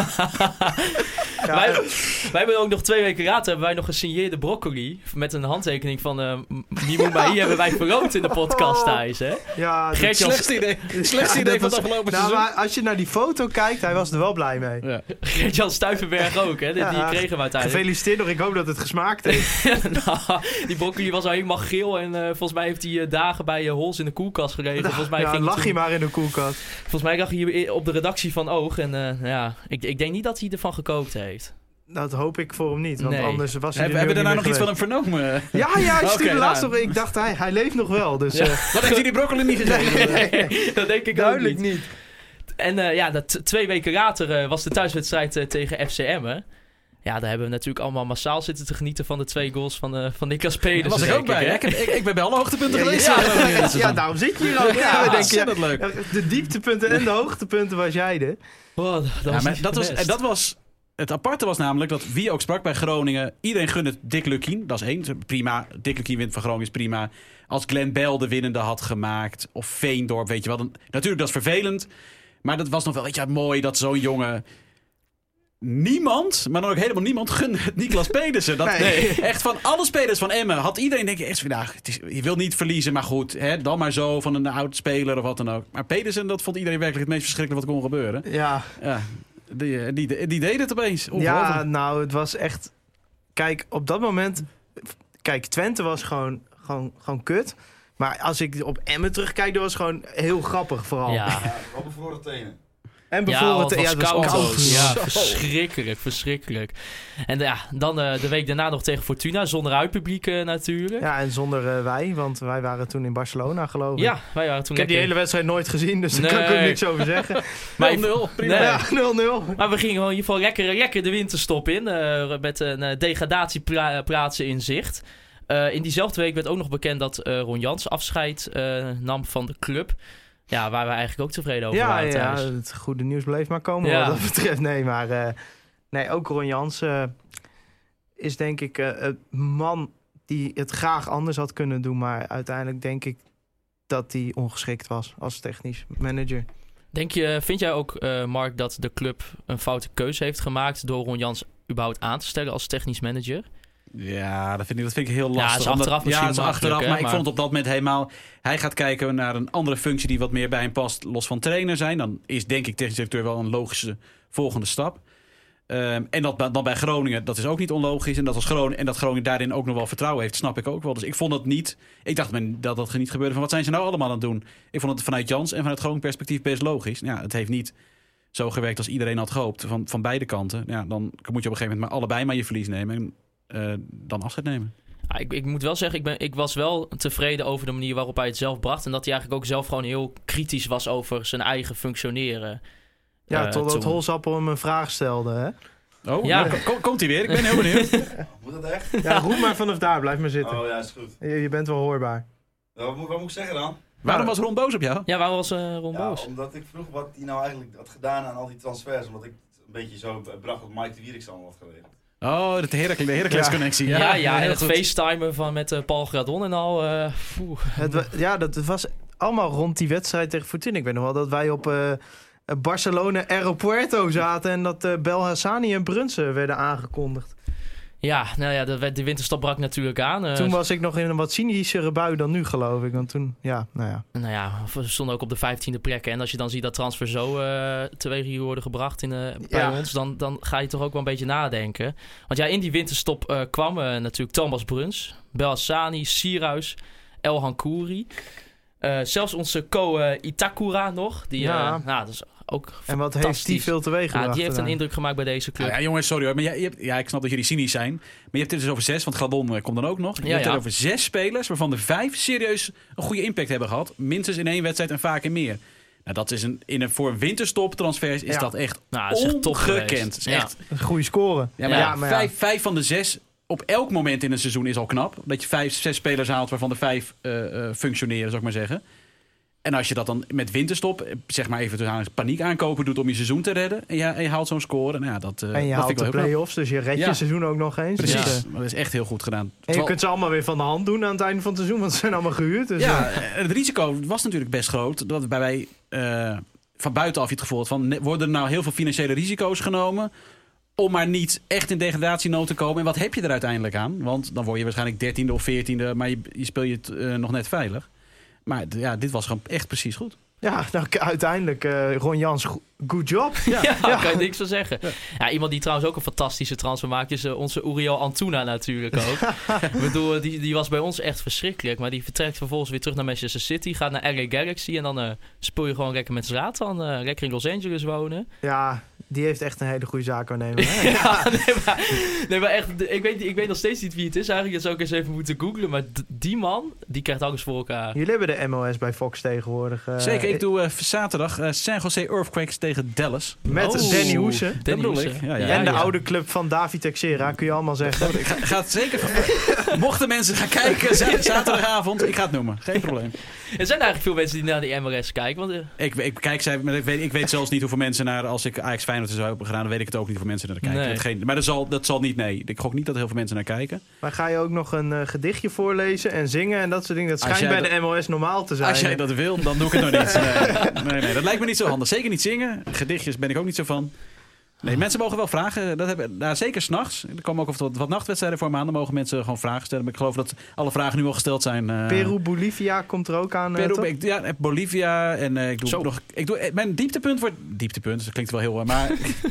Ja, wij, wij hebben ook nog twee weken later hebben wij nog gesigneerde broccoli met een handtekening van uh, Mimoun Bahi hebben wij verrood in de podcast thuis, hè? ja, dat- Gert-Jan Slechtste idee, slechtste Ja, idee dat van het was- afgelopen nou, seizoen. maar als je naar die foto kijkt, hij was er wel blij mee. Ja. Gert-Jan Stuyvenberg ook, hè? Die, Ja, die kregen we uiteindelijk. Gefeliciteerd nog, ik hoop dat het gesmaakt heeft. Nou, die broccoli was al helemaal geel en uh, volgens mij heeft hij uh, dagen bij uh, Hols in de koelkast gelegen. Volgens mij ja, ging lag het hij toen- maar in de koelkast. Volgens mij lag hij op de redactie van Oog en uh, ja, ik, ik denk niet dat hij ervan gekookt heeft. Dat hoop ik voor hem niet, want Nee. anders was hij Hebben er we nu daarna niet nog iets meer van hem vernomen? geweest. Ja, ja, hij stuurde Oké, laatst nou. nog. Ik dacht, hij, hij leeft nog wel. Dus Ja. uh, Wat heeft hij die broccoli niet gegeven? Dat denk ik duidelijk ook niet. niet. En uh, ja, dat, twee weken later uh, was de thuiswedstrijd uh, tegen F C Emmen. Ja, daar hebben we natuurlijk allemaal massaal zitten te genieten van de twee goals van, uh, van Niklas Daar Pedersen. was ik ook denk bij. hè? hè? Ik, heb- ik, ik ben bij alle hoogtepunten Ja, geweest. ja, Ja, ja, ja, daarom zit je hier ook. Ja, Ja, we denken, ontzettend leuk. ja, de dieptepunten en de hoogtepunten was jij er. Oh, dat, dat Ja, was maar niet dat was, best. en dat was... Het aparte was namelijk dat wie ook sprak bij Groningen... Iedereen gunde het Dick Lukien. Dat is één. Prima. Dick Lukien wint van Groningen is prima. Als Glenn Bell de winnende had gemaakt... of Veendorp, weet je wel. Dan, natuurlijk, dat is vervelend. Maar dat was nog wel, weet je, mooi dat zo'n jongen... Niemand, maar dan ook helemaal niemand, gunde het Niklas Pedersen. Dat, Nee. nee. Echt van alle spelers van Emmen had iedereen denk ik echt vandaag. Het is, je wil niet verliezen, maar goed, hè, dan maar zo van een oud speler of wat dan ook. Maar Pedersen, dat vond iedereen werkelijk het meest verschrikkelijke wat kon gebeuren. Ja, Ja, die, die, die deed het opeens. ja, Ongelooflijk. nou, het was echt... Kijk, op dat moment... Kijk, Twente was gewoon, gewoon, gewoon kut. Maar als ik op Emmen terugkijk, dat was gewoon heel grappig vooral. Ja, Op bevroren tenen. En ja, bijvoorbeeld... want het was het was koud. koud. ook. Ja, Zo. verschrikkelijk, verschrikkelijk. En ja, dan uh, de week daarna nog tegen Fortuna, zonder uitpubliek uh, natuurlijk. Ja, Ja, en zonder uh, wij, want wij waren toen in Barcelona, geloof ik. wij waren toen Ik heb die hele lekker... wedstrijd nooit gezien, dus daar Nee. kan ik ook niks over zeggen. Maar nul nul, prima. Nee. Ja, nul nul. Maar we gingen gewoon in ieder geval lekker, lekker de winterstop in. Uh, met een uh, degradatieplaatsen in zicht. Uh, in diezelfde week werd ook nog bekend dat uh, Ron Jans afscheid uh, nam van de club. Ja, waar we eigenlijk ook tevreden over Ja, waren ja, thuis. het goede nieuws bleef maar komen Ja. wat dat betreft. Nee, maar uh, nee, ook Ron Jans uh, is denk ik uh, een man die het graag anders had kunnen doen. Maar uiteindelijk denk ik dat hij ongeschikt was als technisch manager. Denk je, vind jij ook, uh, Mark, dat de club een foute keuze heeft gemaakt door Ron Jans überhaupt aan te stellen als technisch manager? Ja, dat vind ik, dat vind ik heel Ja, lastig. is achteraf Omdat- misschien ja, is achteraf, makkelijk, hè, maar ik maar- vond het op dat moment helemaal... Hij gaat kijken naar een andere functie die wat meer bij hem past, los van trainer zijn. Dan is denk ik technisch directeur wel een logische volgende stap. Um, en dat dan bij Groningen, dat is ook niet onlogisch. En dat, als Groningen, en dat Groningen daarin ook nog wel vertrouwen heeft, snap ik ook wel. Dus ik vond het niet... Ik dacht men, dat dat niet gebeurde van wat zijn ze nou allemaal aan het doen? Ik vond het vanuit Jans en vanuit Groningen perspectief best logisch. Ja, het heeft niet zo gewerkt als iedereen had gehoopt van, van beide kanten. Ja, dan moet je op een gegeven moment maar allebei maar je verlies nemen. En uh, dan afscheid nemen. Ja, ik, ik moet wel zeggen, ik, ben, ik was wel tevreden over de manier waarop hij het zelf bracht. En dat hij eigenlijk ook zelf gewoon heel kritisch was over zijn eigen functioneren. Ja, Uh, totdat toen. Holsappel hem een vraag stelde, hè? Oh, Ja. nou, kom- komt hij weer? Ik ben heel benieuwd. Moet dat echt? Ja, roep maar vanaf daar. Blijf maar zitten. Oh ja, is goed. Je, je bent wel hoorbaar. Wat moet, wat moet ik zeggen dan? Waarom was Ron boos op jou? Ja, waarom was uh, Ron Ja, boos? omdat ik vroeg wat hij nou eigenlijk had gedaan aan al die transfers. Omdat ik het een beetje zo bracht wat Mike de Wierix allemaal had geregeld. Oh, de Heracles, de Heracles-connectie. Ja, ja, en heel het goed. facetimen van met uh, Paul Gradon en al. Uh, Het, wa- ja, dat was allemaal rond die wedstrijd tegen Fortuna. Ik weet nog wel dat wij op uh, Barcelona Aeropuerto zaten... en dat uh, Belhassani en Brunsen werden aangekondigd. Ja, nou ja, de, de winterstop brak natuurlijk aan. Uh, Toen was ik nog in een wat cynischere bui dan nu, geloof ik. Want toen, ja, nou ja. Nou ja, we stonden ook op de vijftiende plek. En als je dan ziet dat transfer zo uh, teweeg hier worden gebracht in, uh, bij Ja. ons... Dan, dan ga je toch ook wel een beetje nadenken. Want ja, in die winterstop uh, kwam uh, natuurlijk Thomas Bruns, Belhassani, Sierhuis, El Hankouri. Uh, zelfs onze Co uh, Itakura nog. Die, Ja. uh, nou, dat is ook En wat heeft die fantastisch. veel teweeg gebracht? Ja, die heeft een daarna? indruk gemaakt bij deze club. Nou ja, jongens, sorry hoor. Maar jij, je hebt, ja, ik snap dat jullie cynisch zijn. Maar je hebt het dus over zes, want Gradon uh, komt dan ook nog. Je Ja, hebt het ja. over zes spelers, waarvan er vijf serieus een goede impact hebben gehad. Minstens in één wedstrijd en vaak in meer. Nou, dat is een, in een, voor een winterstop transfers is Ja. dat echt Nou, dat is echt top ongekend. geweest. Het is Ja. echt, Een goede score. ja, maar Ja, ja, maar ja. Vijf, vijf van de zes op elk moment in een seizoen is al knap. Dat je vijf, zes spelers haalt waarvan er vijf uh, uh, functioneren, zou ik maar zeggen. En als je dat dan met winterstop, zeg maar even tussen paniek aankopen doet om je seizoen te redden. En je, en je haalt zo'n score. Nou ja, dat, uh, En je dat haalt vind ik de wel heel knap. play-offs, dus je redt Ja. je seizoen ook nog eens. Precies, Dus, uh, maar dat is echt heel goed gedaan. en je Terwijl- kunt ze allemaal weer van de hand doen aan het einde van het seizoen, want ze zijn allemaal gehuurd. Dus, ja, uh, het risico was natuurlijk best groot. Dat bij wij uh, van buitenaf je het gevoel had van... ne- worden er nou heel veel financiële risico's genomen... om maar niet echt in degradatienood te komen. En wat heb je er uiteindelijk aan? Want dan word je waarschijnlijk dertiende of veertiende... maar je, je speel je het uh, nog net veilig. Maar d- ja, dit was gewoon echt precies goed. ja, nou, k- uiteindelijk, uh, Ron Jans, go- good job. Ja, Ja. daar kan je niks van zeggen. Ja, iemand die trouwens ook een fantastische transfer maakt... is uh, onze Uriel Antuna natuurlijk ook. Ik bedoel, die, die was bij ons echt verschrikkelijk. Maar die vertrekt vervolgens weer terug naar Manchester City... gaat naar L A Galaxy en dan uh, speel je gewoon lekker met Zlatan. Uh, lekker in Los Angeles wonen. Ja, die heeft echt een hele goede zaak waarnemen. Hè? Ja, nee, maar, nee, maar echt... Ik weet, ik weet nog steeds niet wie het is. Eigenlijk zou ik eens even moeten googlen. Maar d- die man, die krijgt alles voor elkaar. Jullie hebben de M O S bij Fox tegenwoordig. uh, Zeker, ik doe uh, zaterdag uh, San Jose Earthquakes tegen Dallas. Met Oh. Danny Hoesen. Dat Danny bedoel ik. Hoesen. Ja, ja. en de ja. oude club van David Texera, kun je allemaal zeggen. Ik ga, ga het zeker... Mochten mensen gaan kijken z- zaterdagavond, ik ga het noemen. Geen probleem. Er zijn eigenlijk veel mensen die naar die M R S kijken. Want, uh, Ik, ik, kijk, zij, maar ik, weet, ik weet zelfs niet hoeveel mensen naar... Als ik Ajax Feyenoord zou hebben gedaan, dan weet ik het ook niet hoeveel mensen naar kijken. Nee. Dat geen, maar dat zal, dat zal niet, nee. Ik gok niet dat er heel veel mensen naar kijken. Maar ga je ook nog een uh, gedichtje voorlezen en zingen en dat soort dingen? Dat Als schijnt bij jij de M O S normaal te zijn. Als jij dat wil, dan doe ik het nog niet. Nee, nee, nee, dat lijkt me niet zo handig. Zeker niet zingen. Gedichtjes ben ik ook niet zo van. Nee, mensen mogen wel vragen. Dat hebben, nou, zeker s'nachts. Er komen ook wat, wat nachtwedstrijden voor me aan. Dan mogen mensen gewoon vragen stellen. Maar ik geloof dat alle vragen nu al gesteld zijn. Uh, Peru, Bolivia komt er ook aan. uh, Peru, toch? ik, ja, Bolivia en uh, ik doe Zo. nog. Ik doe, eh, mijn dieptepunt wordt. Dieptepunt, dat klinkt wel heel. Uh, maar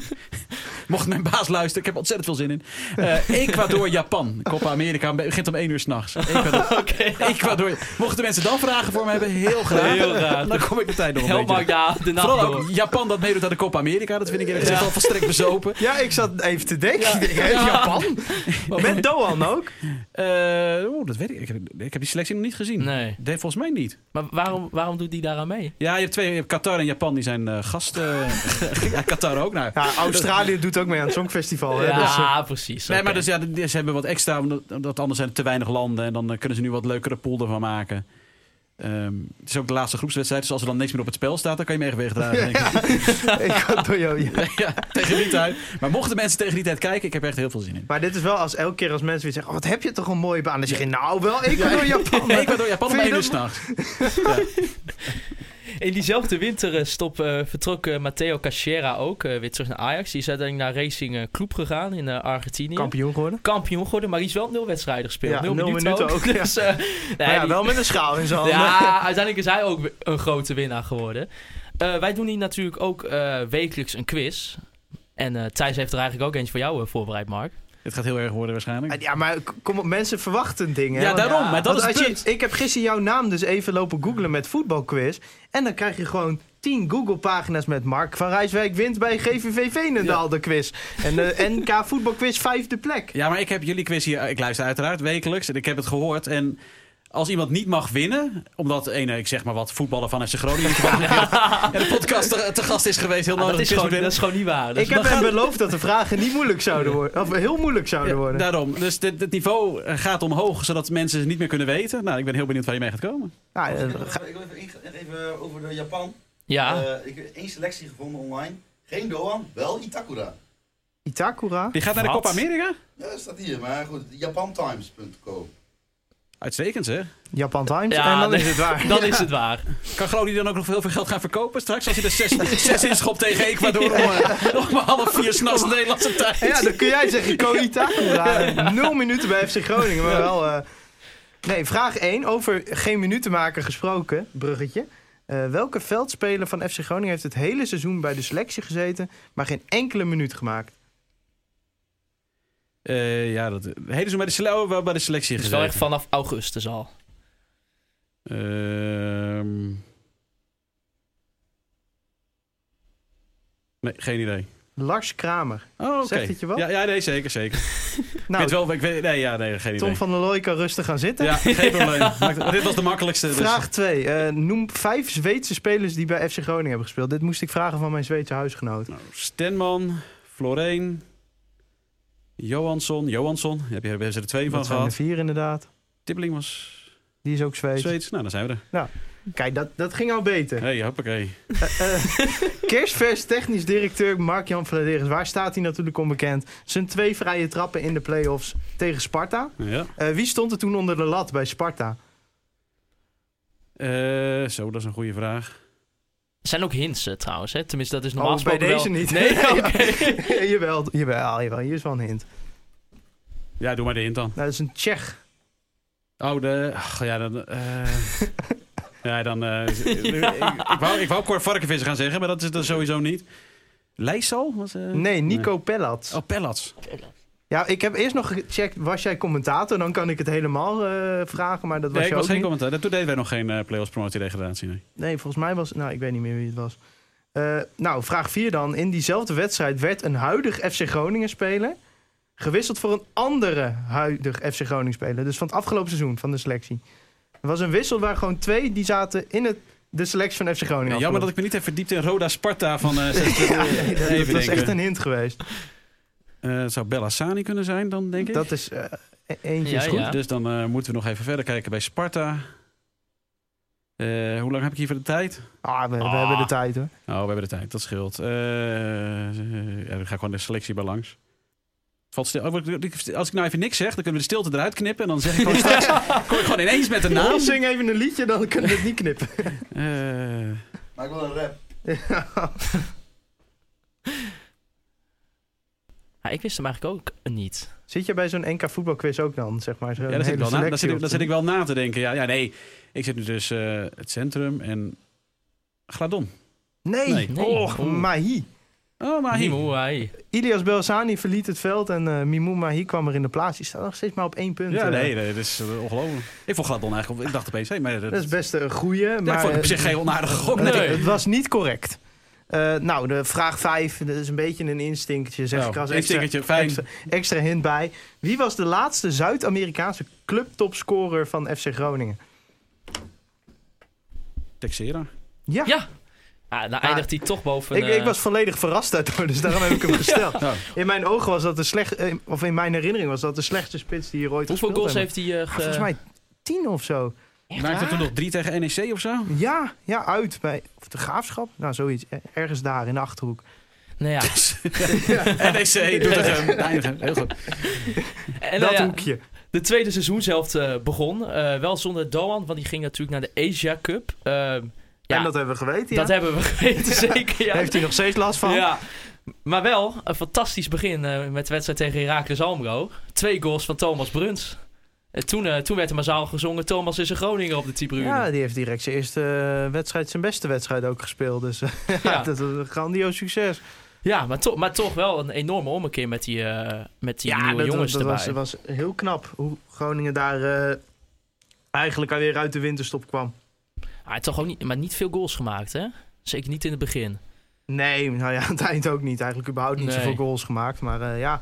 mocht mijn baas luisteren, ik heb ontzettend veel zin in. Uh, Ecuador, Japan. Copa America begint om één uur s'nachts. Ecuador, Oké. Ecuador. Mochten mensen dan vragen voor me hebben, heel graag. Heel graag. Dan kom ik de tijd nog een Help beetje. Mark de, de nacht Vooral door. ook Japan dat meedoet aan de Copa America. Dat vind ik eerlijk gezegd Ja. al volstrekt bezopen. Ja, ik zat even te denken. Ik denk, hè, Japan? Met Doan ook? Uh, Oeh, dat weet ik. Ik heb, ik heb die selectie nog niet gezien. Nee. Nee, volgens mij niet. Maar waarom, waarom doet die daaraan mee? Ja, je hebt twee. Je hebt Qatar en Japan, die zijn uh, gast. Uh, ja, Qatar ook. Nou, Ja, Australië doet ook mee aan het Songfestival. Hè? Dus, uh, Ja, precies. nee, oké. maar dus, ja, die- ze hebben wat extra, omdat, omdat anders zijn er te weinig landen. En dan uh, kunnen ze nu wat leukere pool ervan maken. Um, het is ook de laatste groepswedstrijd, dus als er dan niks meer op het spel staat, dan kan je me echt wegdragen. denk ik. ik had door jou, ja. Ja, tegen die tijd. Maar mochten mensen tegen die tijd kijken, ik heb er echt heel veel zin in. Maar dit is wel als elke keer als mensen weer zeggen: oh, wat heb je toch een mooie baan? Dan zeg je: nou, wel, ik ben door Japan. Nee, ik ben door Japan om Vind je één uur dat- s'nachts. In diezelfde winterstop uh, vertrok uh, Matteo Cachera ook uh, weer terug naar Ajax. Die is uiteindelijk naar Racing uh, Club gegaan in uh, Argentinië. Kampioen geworden. Kampioen geworden, maar die is wel nul wedstrijden gespeeld. Ja, nul, nul minuten, minuten ook, ja. Dus, uh, nee, Maar ja, die- wel met een schaal in zijn handen. Ja, uiteindelijk is hij ook een grote winnaar geworden. Uh, wij doen hier natuurlijk ook uh, wekelijks een quiz. En uh, Thijs heeft er eigenlijk ook eentje voor jou uh, voorbereid, Mark. Het gaat heel erg worden waarschijnlijk. Ja, maar k- kom op, mensen verwachten dingen. Ja, hè? daarom. ja, maar dat Want is als het je, punt. ik heb gisteren jouw naam dus even lopen googlen met voetbalquiz. En dan krijg je gewoon tien Google-pagina's met Mark van Rijswijk wint bij G V V Veenendaal de quiz. En de N K voetbalquiz vijfde plek. Ja, maar ik heb jullie quiz hier. Ik luister uiteraard wekelijks en ik heb het gehoord. En als iemand niet mag winnen, omdat een, ik zeg maar wat, voetballer van F C Groningen ja, de podcast te, te gast is geweest, heel Ah, nodig. dat, is gewoon, dat is gewoon niet waar. Dus ik heb dan hem gaan- beloofd dat de vragen niet moeilijk zouden worden. Of heel moeilijk zouden Ja, worden. daarom. Dus dit- het niveau eh, gaat omhoog, zodat mensen het niet meer kunnen weten. Nou, ik ben heel benieuwd waar je mee gaat komen. Nou, Ik eh, wil ga- even, ik wil even, inge- even over de Japan. ja, Eh, ik heb één selectie gevonden online. Geen Doan, wel Itakura. Itakura. Die gaat naar de Wat? Copa America? Ja, dat staat hier. Maar goed, japantimes punt co. Uitstekend, hè? Japan Times. Ja, en dan nee. is het waar. dan is het waar. Kan Groningen dan ook nog heel veel geld gaan verkopen straks? Als hij er zes, zes inschopt tegen Ecuador om, uh, om half vier s'nachts Nederlandse tijd. Ja, dan kun jij zeggen, Ko Itakura. Nul minuten bij F C Groningen, maar wel... eh, Nee, vraag één. Over geen minuten maken gesproken, bruggetje. Uh, welke veldspeler van F C Groningen heeft het hele seizoen bij de selectie gezeten, maar geen enkele minuut gemaakt? Uh, ja, dat, de hele seizoen bij de, sele- oh, wel bij de selectie Het is gezeten. wel echt vanaf augustus al. Ehm Nee, geen idee. Lars Kramer. Oh, oké. Zegt het je wat? Ja, ja, nee, zeker, zeker. ik Nou, weet wel, ik weet, nee, ja, nee, geen idee. Tom van der Looy kan rustig gaan zitten. Ja, geen probleem. Maar dit was de makkelijkste. Dus. Vraag twee. Uh, noem vijf Zweedse spelers die bij F C Groningen hebben gespeeld. Dit moest ik vragen van mijn Zweedse huisgenoot. Nou, Stenman, Floreen, Johansson. Johansson, daar heb je hebben ze er twee van Dat zijn er gehad. vier inderdaad. Tibbeling was Die is ook Zweeds. Zweeds. Nou, dan zijn we er. Kijk, dat, dat ging al beter. Hey, hoppakee. Uh, uh, Kerstvers technisch directeur Mark-Jan Vladeris. Waar staat hij natuurlijk onbekend? Zijn twee vrije trappen in de play-offs tegen Sparta. Ja. Uh, wie stond er toen onder de lat bij Sparta? Uh, zo, dat is een goede vraag. Er zijn ook hints uh, trouwens, hè? Tenminste, dat is normaal Oh, bij gesproken deze wel... niet. Nee, oké. jawel, jawel, jawel, hier is wel een hint. Ja, doe maar de hint dan. Nou, dat is een Tsjech. Oh, de... Ach, ja, dan... Uh... ja, dan... Uh... ik, ik, wou, ik wou Cor Varkenvisser gaan zeggen, maar dat is dat sowieso niet. Leijsal? Was, uh... Nee, Nico nee. Pellats. Oh, Pellats. Ja, ik heb eerst nog gecheckt, was jij commentator? Dan kan ik het helemaal uh, vragen, maar dat was nee, je ik was ook geen niet. commentaar. Toen deden wij nog geen uh, play-offs promotie-degradatie, nee. Nee, volgens mij was... Nou, ik weet niet meer wie het was. Uh, nou, vraag vier dan. In diezelfde wedstrijd werd een huidig F C Groningen speler gewisseld voor een andere huidig F C Groningen speler. Dus van het afgelopen seizoen, van de selectie. Er was een wissel waar gewoon twee, die zaten in het, de selectie van F C Groningen. Ja, jammer dat ik me niet heb verdiept in Roda Sparta van... Uh, ja, nee, dat, dat was echt een hint geweest. Uh, het zou Bellassani kunnen zijn dan, denk ik. Dat is uh, eentje ja, is goed. Ja. Dus dan uh, moeten we nog even verder kijken bij Sparta. Uh, hoe lang heb ik hier voor de tijd? Ah, we, we ah. hebben de tijd hoor. Oh, we hebben de tijd, dat scheelt. Uh, uh, ja, dan ga ik gewoon de selectie bij langs. Valt stil. Als ik nou even niks zeg, dan kunnen we de stilte eruit knippen. En dan zeg ik gewoon straks, kom ik gewoon ineens met een naam. Nou, zing even een liedje, dan kunnen we het niet knippen. Uh, Maar ik wil een rap. Ja. Ja, ik wist hem eigenlijk ook niet. Zit je bij zo'n N K voetbalquiz ook dan, zeg maar? Zo ja, een daar zit, ik hele wel na, daar, zit ik, selectie daar zit ik wel na te denken. Ja, ja, nee, ik zit nu dus uh, het centrum en Gladon. Nee, Nee. Nee. oh, Oeh. Mahi. Oh, maar hier. Mimoe, hij. Ilias Belsaani verliet het veld en uh, Mimoe Mahi kwam er in de plaats. Die staat nog steeds maar op één punt. Ja, uh. nee, nee, dat is uh, ongelooflijk. Ik vond Gladon eigenlijk, ik dacht opeens, hé, maar dat, Dat is best een goeie, ja, maar ik vond het op uh, zich geen onaardige gok. nee, Nee. het was niet correct. Uh, nou, de vraag vijf, dat is een beetje een instinktje, zeg Nou, ik als extra, instinctje, fijn. extra, extra hint bij. Wie was de laatste Zuid-Amerikaanse clubtopscorer van F C Groningen? Texera. Ja, Ja. Ah, nou eindigt hij toch boven... ik, uh, ik was volledig verrast daardoor, dus daarom heb ik hem gesteld. Ja. In mijn ogen was dat de slecht, of in mijn herinnering was dat de slechtste spits die hier ooit Hoeveel gespeeld goals hebben. heeft hij... Uh, Ah, ge... volgens mij tien of zo. Maakte toen nog drie tegen N E C of zo? Ja, ja, uit bij of de Graafschap. Nou, zoiets. Ergens daar in de Achterhoek. Nou ja. N E C doet er een. Nee, heel goed. En, dat uh, ja, hoekje. de tweede seizoenshelft uh, begon. Uh, wel zonder Doan, want die ging natuurlijk naar de Asia Cup. Uh, ja, En dat hebben we geweten, ja. dat hebben we geweten, zeker. Ja. Heeft hij nog steeds last van? Ja. Maar wel een fantastisch begin uh, met de wedstrijd tegen Heracles Almelo. Twee goals van Thomas Bruns. En toen, uh, toen werd er massaal gezongen, Thomas is een Groninger op de tribune. Ja, die heeft direct zijn eerste uh, wedstrijd, zijn beste wedstrijd ook gespeeld. Dus uh, Ja. ja, dat is een grandioos succes. Ja, maar, to- maar toch wel een enorme ommekeer met die, uh, met die nieuwe dat, jongens dat erbij. was, was heel knap hoe Groningen daar uh, eigenlijk alweer uit de winterstop kwam. Ah, toch ook niet, maar niet veel goals gemaakt, hè? Zeker niet in het begin. Nee, nou ja, aan het eind ook niet. Eigenlijk überhaupt niet Nee. zoveel goals gemaakt. Maar uh, ja,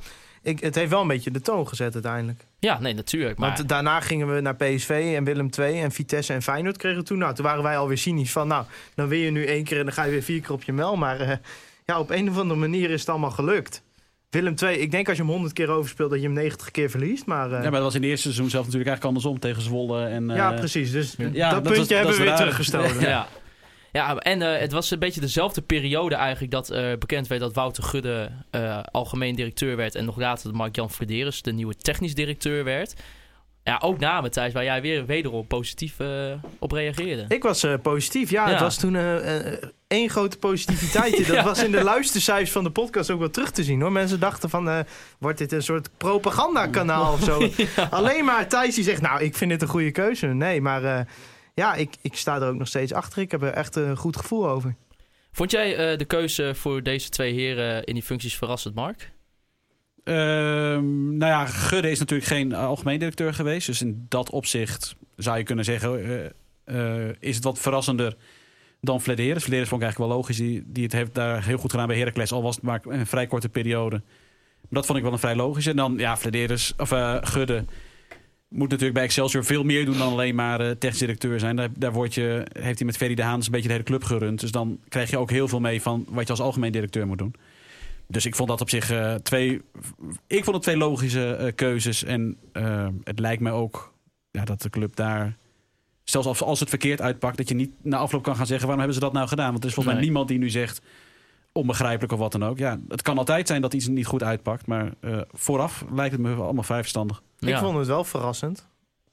ik, het heeft wel een beetje de toon gezet uiteindelijk. Ja, nee, natuurlijk. Maar... Want daarna gingen we naar P S V en Willem twee en Vitesse en Feyenoord kregen toen. Nou, toen waren wij alweer cynisch van, nou, dan win je nu één keer en dan ga je weer vier keer op je mel. Maar uh, ja, op een of andere manier is het allemaal gelukt. Willem twee, ik denk als je hem honderd keer overspeelt dat je hem negentig keer verliest. Maar, uh... ja, maar dat was in het eerste seizoen zelf natuurlijk eigenlijk andersom tegen Zwolle. En, uh... Ja, precies. Dus ja, dat, dat puntje was, hebben dat we weer raar. teruggestolen. Ja. Ja, en uh, het was een beetje dezelfde periode eigenlijk dat uh, bekend werd dat Wouter Gudde uh, algemeen directeur werd. En nog later dat Mark-Jan Flederis de nieuwe technisch directeur werd. Ja, ook na Matthijs, waar jij weer wederom positief uh, op reageerde. Ik was uh, positief, ja, ja. Het was toen uh, uh, één grote positiviteit. Dat ja. was in de luistercijfers van de podcast ook wel terug te zien, hoor. Mensen dachten van, uh, wordt dit een soort propagandakanaal of zo? Ja. Alleen maar Thijs die zegt, nou, ik vind dit een goede keuze. Nee, maar uh, ja, ik, ik sta er ook nog steeds achter. Ik heb er echt een goed gevoel over. Vond jij uh, de keuze voor deze twee heren in die functies verrassend, Mark? Uh, nou ja, Gudde is natuurlijk geen uh, algemeen directeur geweest. Dus in dat opzicht zou je kunnen zeggen... Uh, uh, is het wat verrassender dan Flederis. Flederis vond ik eigenlijk wel logisch. Die, die het heeft daar heel goed gedaan bij Heracles. Al was het maar een vrij korte periode. Maar dat vond ik wel een vrij logisch. En dan, ja, Flederis... Of uh, Gudde moet natuurlijk bij Excelsior veel meer doen dan alleen maar uh, technisch directeur zijn. Daar, daar word je, heeft hij met Ferry de Haan een beetje de hele club gerund. Dus dan krijg je ook heel veel mee van wat je als algemeen directeur moet doen. Dus ik vond dat op zich uh, twee... Ik vond het twee logische uh, keuzes. En uh, het lijkt mij ook ja, dat de club daar... Zelfs als, als het verkeerd uitpakt... dat je niet na afloop kan gaan zeggen... waarom hebben ze dat nou gedaan? Want er is volgens nee. mij niemand die nu zegt... onbegrijpelijk of wat dan ook. Ja, het kan altijd zijn dat iets niet goed uitpakt. Maar uh, vooraf lijkt het me allemaal vrij verstandig. Ja. Ik vond het wel verrassend.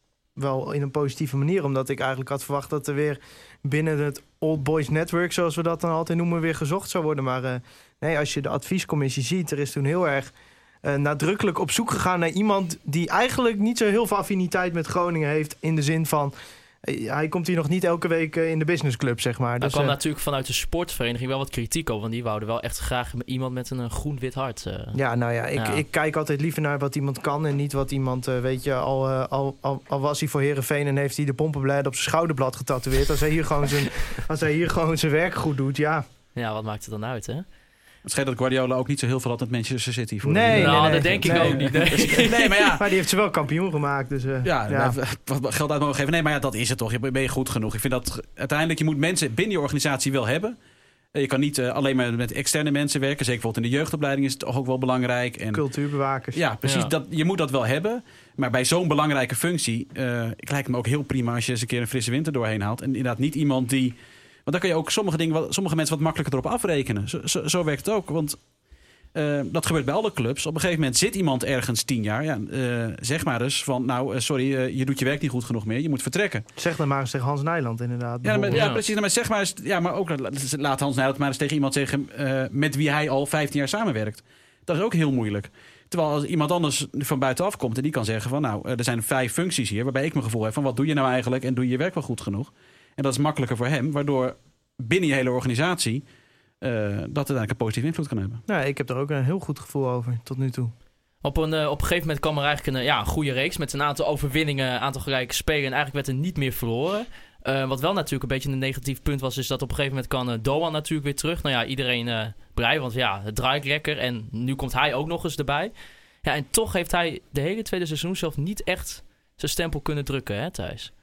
Wel in een positieve manier. Omdat ik eigenlijk had verwacht dat er weer... binnen het Old Boys Network... zoals we dat dan altijd noemen... weer gezocht zou worden. Maar... Uh, Nee, als je de adviescommissie ziet, er is toen heel erg uh, nadrukkelijk op zoek gegaan naar iemand die eigenlijk niet zo heel veel affiniteit met Groningen heeft. In de zin van, uh, hij komt hier nog niet elke week uh, in de businessclub, zeg maar. Er dus, kwam uh, natuurlijk vanuit de sportvereniging wel wat kritiek op. Want die wouden wel echt graag iemand met een uh, groen-wit hart. Uh. Ja, nou ja ik, ja, ik kijk altijd liever naar wat iemand kan. En niet wat iemand, uh, weet je, al, uh, al, al, al was hij voor Heerenveen en heeft hij de pompenbeleid op zijn schouderblad getatoeëerd. Als hij hier gewoon zijn, als hij hier gewoon zijn werk goed doet, ja. Ja, wat maakt het dan uit, hè? Het schijnt dat Guardiola ook niet zo heel veel had met Manchester City. Voor nee, nee, nou, nee, dat denk nee, ik nee, ook niet. Nee. nee, maar ja. Maar die heeft ze wel kampioen gemaakt. Dus, uh, ja, ja. wat geld uit mogen geven. Nee, maar ja, dat is het toch. Ben je goed genoeg? Ik vind dat uiteindelijk, je moet mensen binnen je organisatie wel hebben. Je kan niet uh, alleen maar met externe mensen werken. Zeker bijvoorbeeld in de jeugdopleiding is het toch ook wel belangrijk. En, cultuurbewakers. Ja, precies. Ja. Dat, je moet dat wel hebben. Maar bij zo'n belangrijke functie... Uh, lijkt het me ook heel prima als je eens een keer een frisse winter doorheen haalt. En inderdaad niet iemand die... Want dan kun je ook sommige dingen, sommige mensen wat makkelijker erop afrekenen. Zo, zo, zo werkt het ook. Want uh, dat gebeurt bij alle clubs. Op een gegeven moment zit iemand ergens tien jaar. Ja, uh, zeg maar eens van, nou, uh, sorry, uh, je doet je werk niet goed genoeg meer. Je moet vertrekken. Zeg dan maar eens tegen Hans Nijland inderdaad. Ja, maar, ja, precies. Maar zeg maar eens, ja, maar ook laat Hans Nijland maar eens tegen iemand zeggen... Uh, met wie hij al vijftien jaar samenwerkt. Dat is ook heel moeilijk. Terwijl als iemand anders van buitenaf komt en die kan zeggen van... nou, er zijn vijf functies hier waarbij ik mijn gevoel heb van... wat doe je nou eigenlijk en doe je je werk wel goed genoeg? En dat is makkelijker voor hem, waardoor binnen je hele organisatie... Uh, dat uiteindelijk een positieve invloed kan hebben. Nou, ik heb er ook een heel goed gevoel over, tot nu toe. Op een, uh, op een gegeven moment kwam er eigenlijk een, ja, een goede reeks... met een aantal overwinningen, een aantal gelijke spelen... en eigenlijk werd er niet meer verloren. Uh, wat wel natuurlijk een beetje een negatief punt was... is dat op een gegeven moment kan uh, Doan natuurlijk weer terug. Nou ja, iedereen uh, blij, want ja, het draait lekker... en nu komt hij ook nog eens erbij. Ja, en toch heeft hij de hele tweede seizoen zelf niet echt... zijn stempel kunnen drukken, hè Thijs?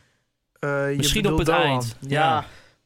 Uh, je Misschien op het Doan. eind. Ja. ja.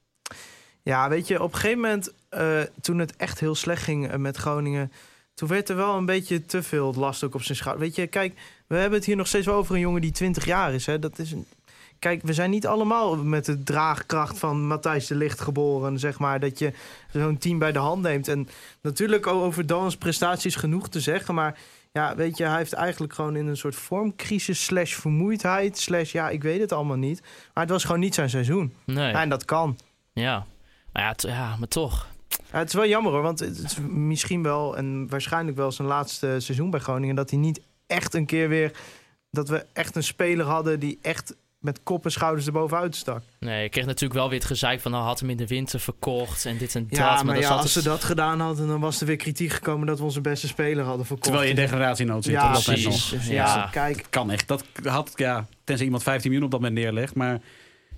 Ja, weet je, op een gegeven moment... Uh, toen het echt heel slecht ging uh, met Groningen... toen werd er wel een beetje te veel last ook op zijn schouder. Weet je, kijk, we hebben het hier nog steeds wel over een jongen die twintig jaar is. Hè? Dat is een... Kijk, we zijn niet allemaal met de draagkracht van Matthijs de Ligt geboren. Zeg maar, dat je zo'n team bij de hand neemt. En natuurlijk over Doan's prestaties genoeg te zeggen. Maar ja, weet je, hij heeft eigenlijk gewoon in een soort vormcrisis... slash vermoeidheid, slash ja, ik weet het allemaal niet. Maar het was gewoon niet zijn seizoen. Nee. Ja, en dat kan. Ja, maar, ja, t- ja, maar toch... Ja, het is wel jammer hoor, want het is misschien wel... en waarschijnlijk wel zijn laatste seizoen bij Groningen... dat hij niet echt een keer weer... dat we echt een speler hadden die echt... met kop en schouders erbovenuit stak. Nee, ik kreeg natuurlijk wel weer het gezeik van... nou had hem in de winter verkocht en dit en dat. Ja, maar, maar ja, als het... ze dat gedaan hadden... dan was er weer kritiek gekomen dat we onze beste speler hadden verkocht. Terwijl je in degradatienood zit. Ja, dat precies. nog. Ja, ja, kijk. Dat kan echt. Dat had, ja, tenzij iemand vijftien miljoen op dat moment neerlegt. Maar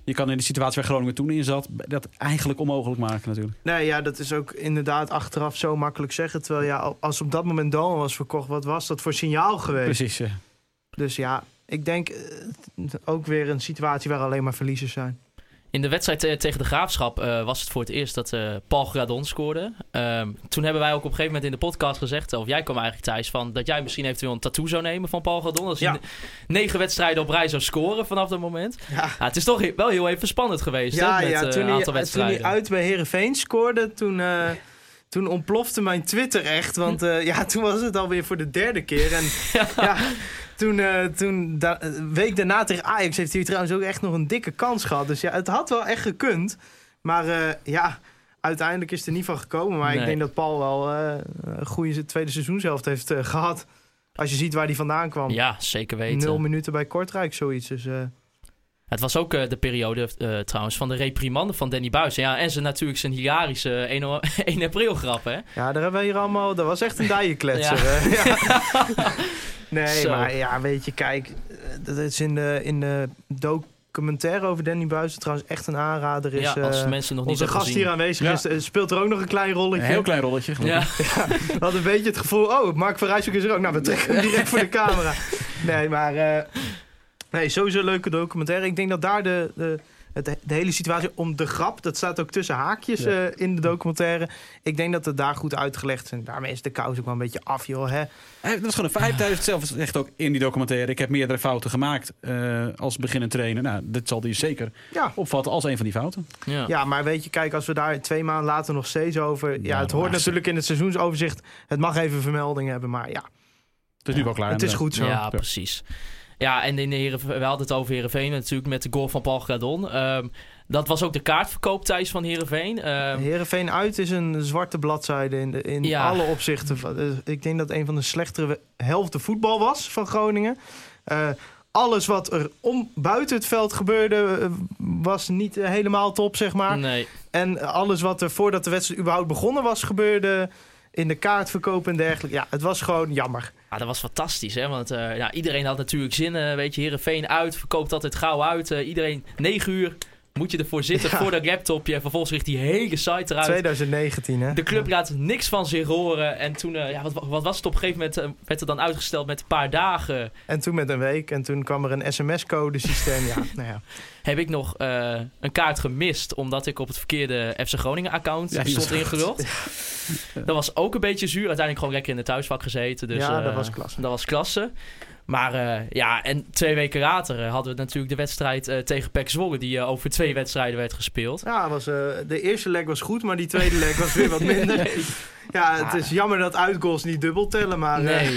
je kan in de situatie waar Groningen toen in zat... dat eigenlijk onmogelijk maken natuurlijk. Nee, ja, dat is ook inderdaad achteraf zo makkelijk zeggen. Terwijl ja, als op dat moment Doan was verkocht, wat was dat voor signaal geweest? Precies, ja. Dus ja, ik denk uh, ook weer een situatie waar alleen maar verliezers zijn. In de wedstrijd uh, tegen de Graafschap uh, was het voor het eerst dat uh, Paul Gradon scoorde. Um, toen hebben wij ook op een gegeven moment in de podcast gezegd... of jij kwam eigenlijk, Thijs, van dat jij misschien eventueel een tattoo zou nemen van Paul Gradon. Als hij ja. negen wedstrijden op rij zou scoren vanaf dat moment. Ja. Ja, het is toch wel heel even spannend geweest, ja, hè, met een uh, aantal wedstrijden. Toen hij uit bij Heerenveen scoorde, toen... Uh... Toen ontplofte mijn Twitter echt, want uh, ja, toen was het alweer voor de derde keer. En ja, ja toen, uh, toen da- week daarna tegen Ajax heeft hij trouwens ook echt nog een dikke kans gehad. Dus ja, het had wel echt gekund. Maar uh, ja, uiteindelijk is het er niet van gekomen. Maar nee. Ik denk dat Paul wel uh, een goede tweede seizoenshelft heeft uh, gehad. Als je ziet waar hij vandaan kwam. Ja, zeker weten. Nul minuten bij Kortrijk, zoiets. Dus... Uh, Het was ook uh, de periode uh, trouwens van de reprimande van Danny Buijs. Ja, en zijn natuurlijk zijn hilarische één april grap, hè? Ja, daar hebben we hier allemaal... Dat was echt een dijenkletser. Ja. Ja. Nee, Zo. maar ja, weet je, kijk... Dat is in de, in de documentaire over Danny Buijs trouwens echt een aanrader. Is, ja, als de mensen nog niet onze gast gezien. hier aanwezig ja. is, speelt er ook nog een klein rolletje. Een heel klein rolletje, geloof ik. Ja. Ja, we hadden een beetje het gevoel... Oh, Mark van Rijswijk is er ook. Nou, we trekken hem direct voor de camera. Nee, maar... Uh, Nee, sowieso een leuke documentaire. Ik denk dat daar de, de, de, de hele situatie om de grap... dat staat ook tussen haakjes ja. uh, in de documentaire. Ik denk dat het daar goed uitgelegd is. En daarmee is de kous ook wel een beetje af, joh. Hè? Dat is gewoon een feit. Hij heeft zelf zegt ook in die documentaire... ik heb meerdere fouten gemaakt uh, als beginnend trainer. Nou, dit zal hij zeker ja. opvatten als een van die fouten. Ja. ja, maar weet je, kijk, als we daar twee maanden later nog steeds over... Ja, ja het hoort natuurlijk in het seizoensoverzicht. Het mag even vermelding hebben, maar ja. Het is nu wel klaar. Het is goed zo. Ja, ja. precies. Ja, en in de Heeren, we hadden het over Heerenveen natuurlijk met de goal van Paul Gradon. Um, dat was ook de kaartverkoop, Thijs, van Heerenveen. Um, Heerenveen uit is een zwarte bladzijde in, de, in ja. alle opzichten. Ik denk dat een van de slechtere helften voetbal was van Groningen. Uh, alles wat er om buiten het veld gebeurde uh, was niet uh, helemaal top, zeg maar. Nee. En alles wat er voordat de wedstrijd überhaupt begonnen was gebeurde... in de kaartverkoop en dergelijke. Ja, het was gewoon jammer. Ja, dat was fantastisch, hè? Want uh, ja, iedereen had natuurlijk zin. Uh, weet je, Heerenveen uit, verkoopt altijd gauw uit. Uh, iedereen, negen uur moet je ervoor zitten ja. voor dat laptopje. En vervolgens ligt die hele site eruit. twintig negentien, hè? De club ja. laat niks van zich horen. En toen, uh, ja, wat, wat was het op een gegeven moment? Uh, werd het dan uitgesteld met een paar dagen. En toen met een week. En toen kwam er een sms-codesysteem. ja, nou ja. Heb ik nog uh, een kaart gemist, omdat ik op het verkeerde F C Groningen-account ja, stond ingelogd. Ja. Dat was ook een beetje zuur. Uiteindelijk gewoon lekker in de thuisvak gezeten. Dus, ja, dat uh, was klasse. Dat was klasse. Maar uh, ja, en twee weken later uh, hadden we natuurlijk de wedstrijd uh, tegen P E C Zwolle... die uh, over twee wedstrijden werd gespeeld. Ja, was, uh, de eerste leg was goed, maar die tweede leg was weer wat minder. Nee. Ja, het is jammer dat uitgoals niet dubbel tellen, maar... Uh... Nee.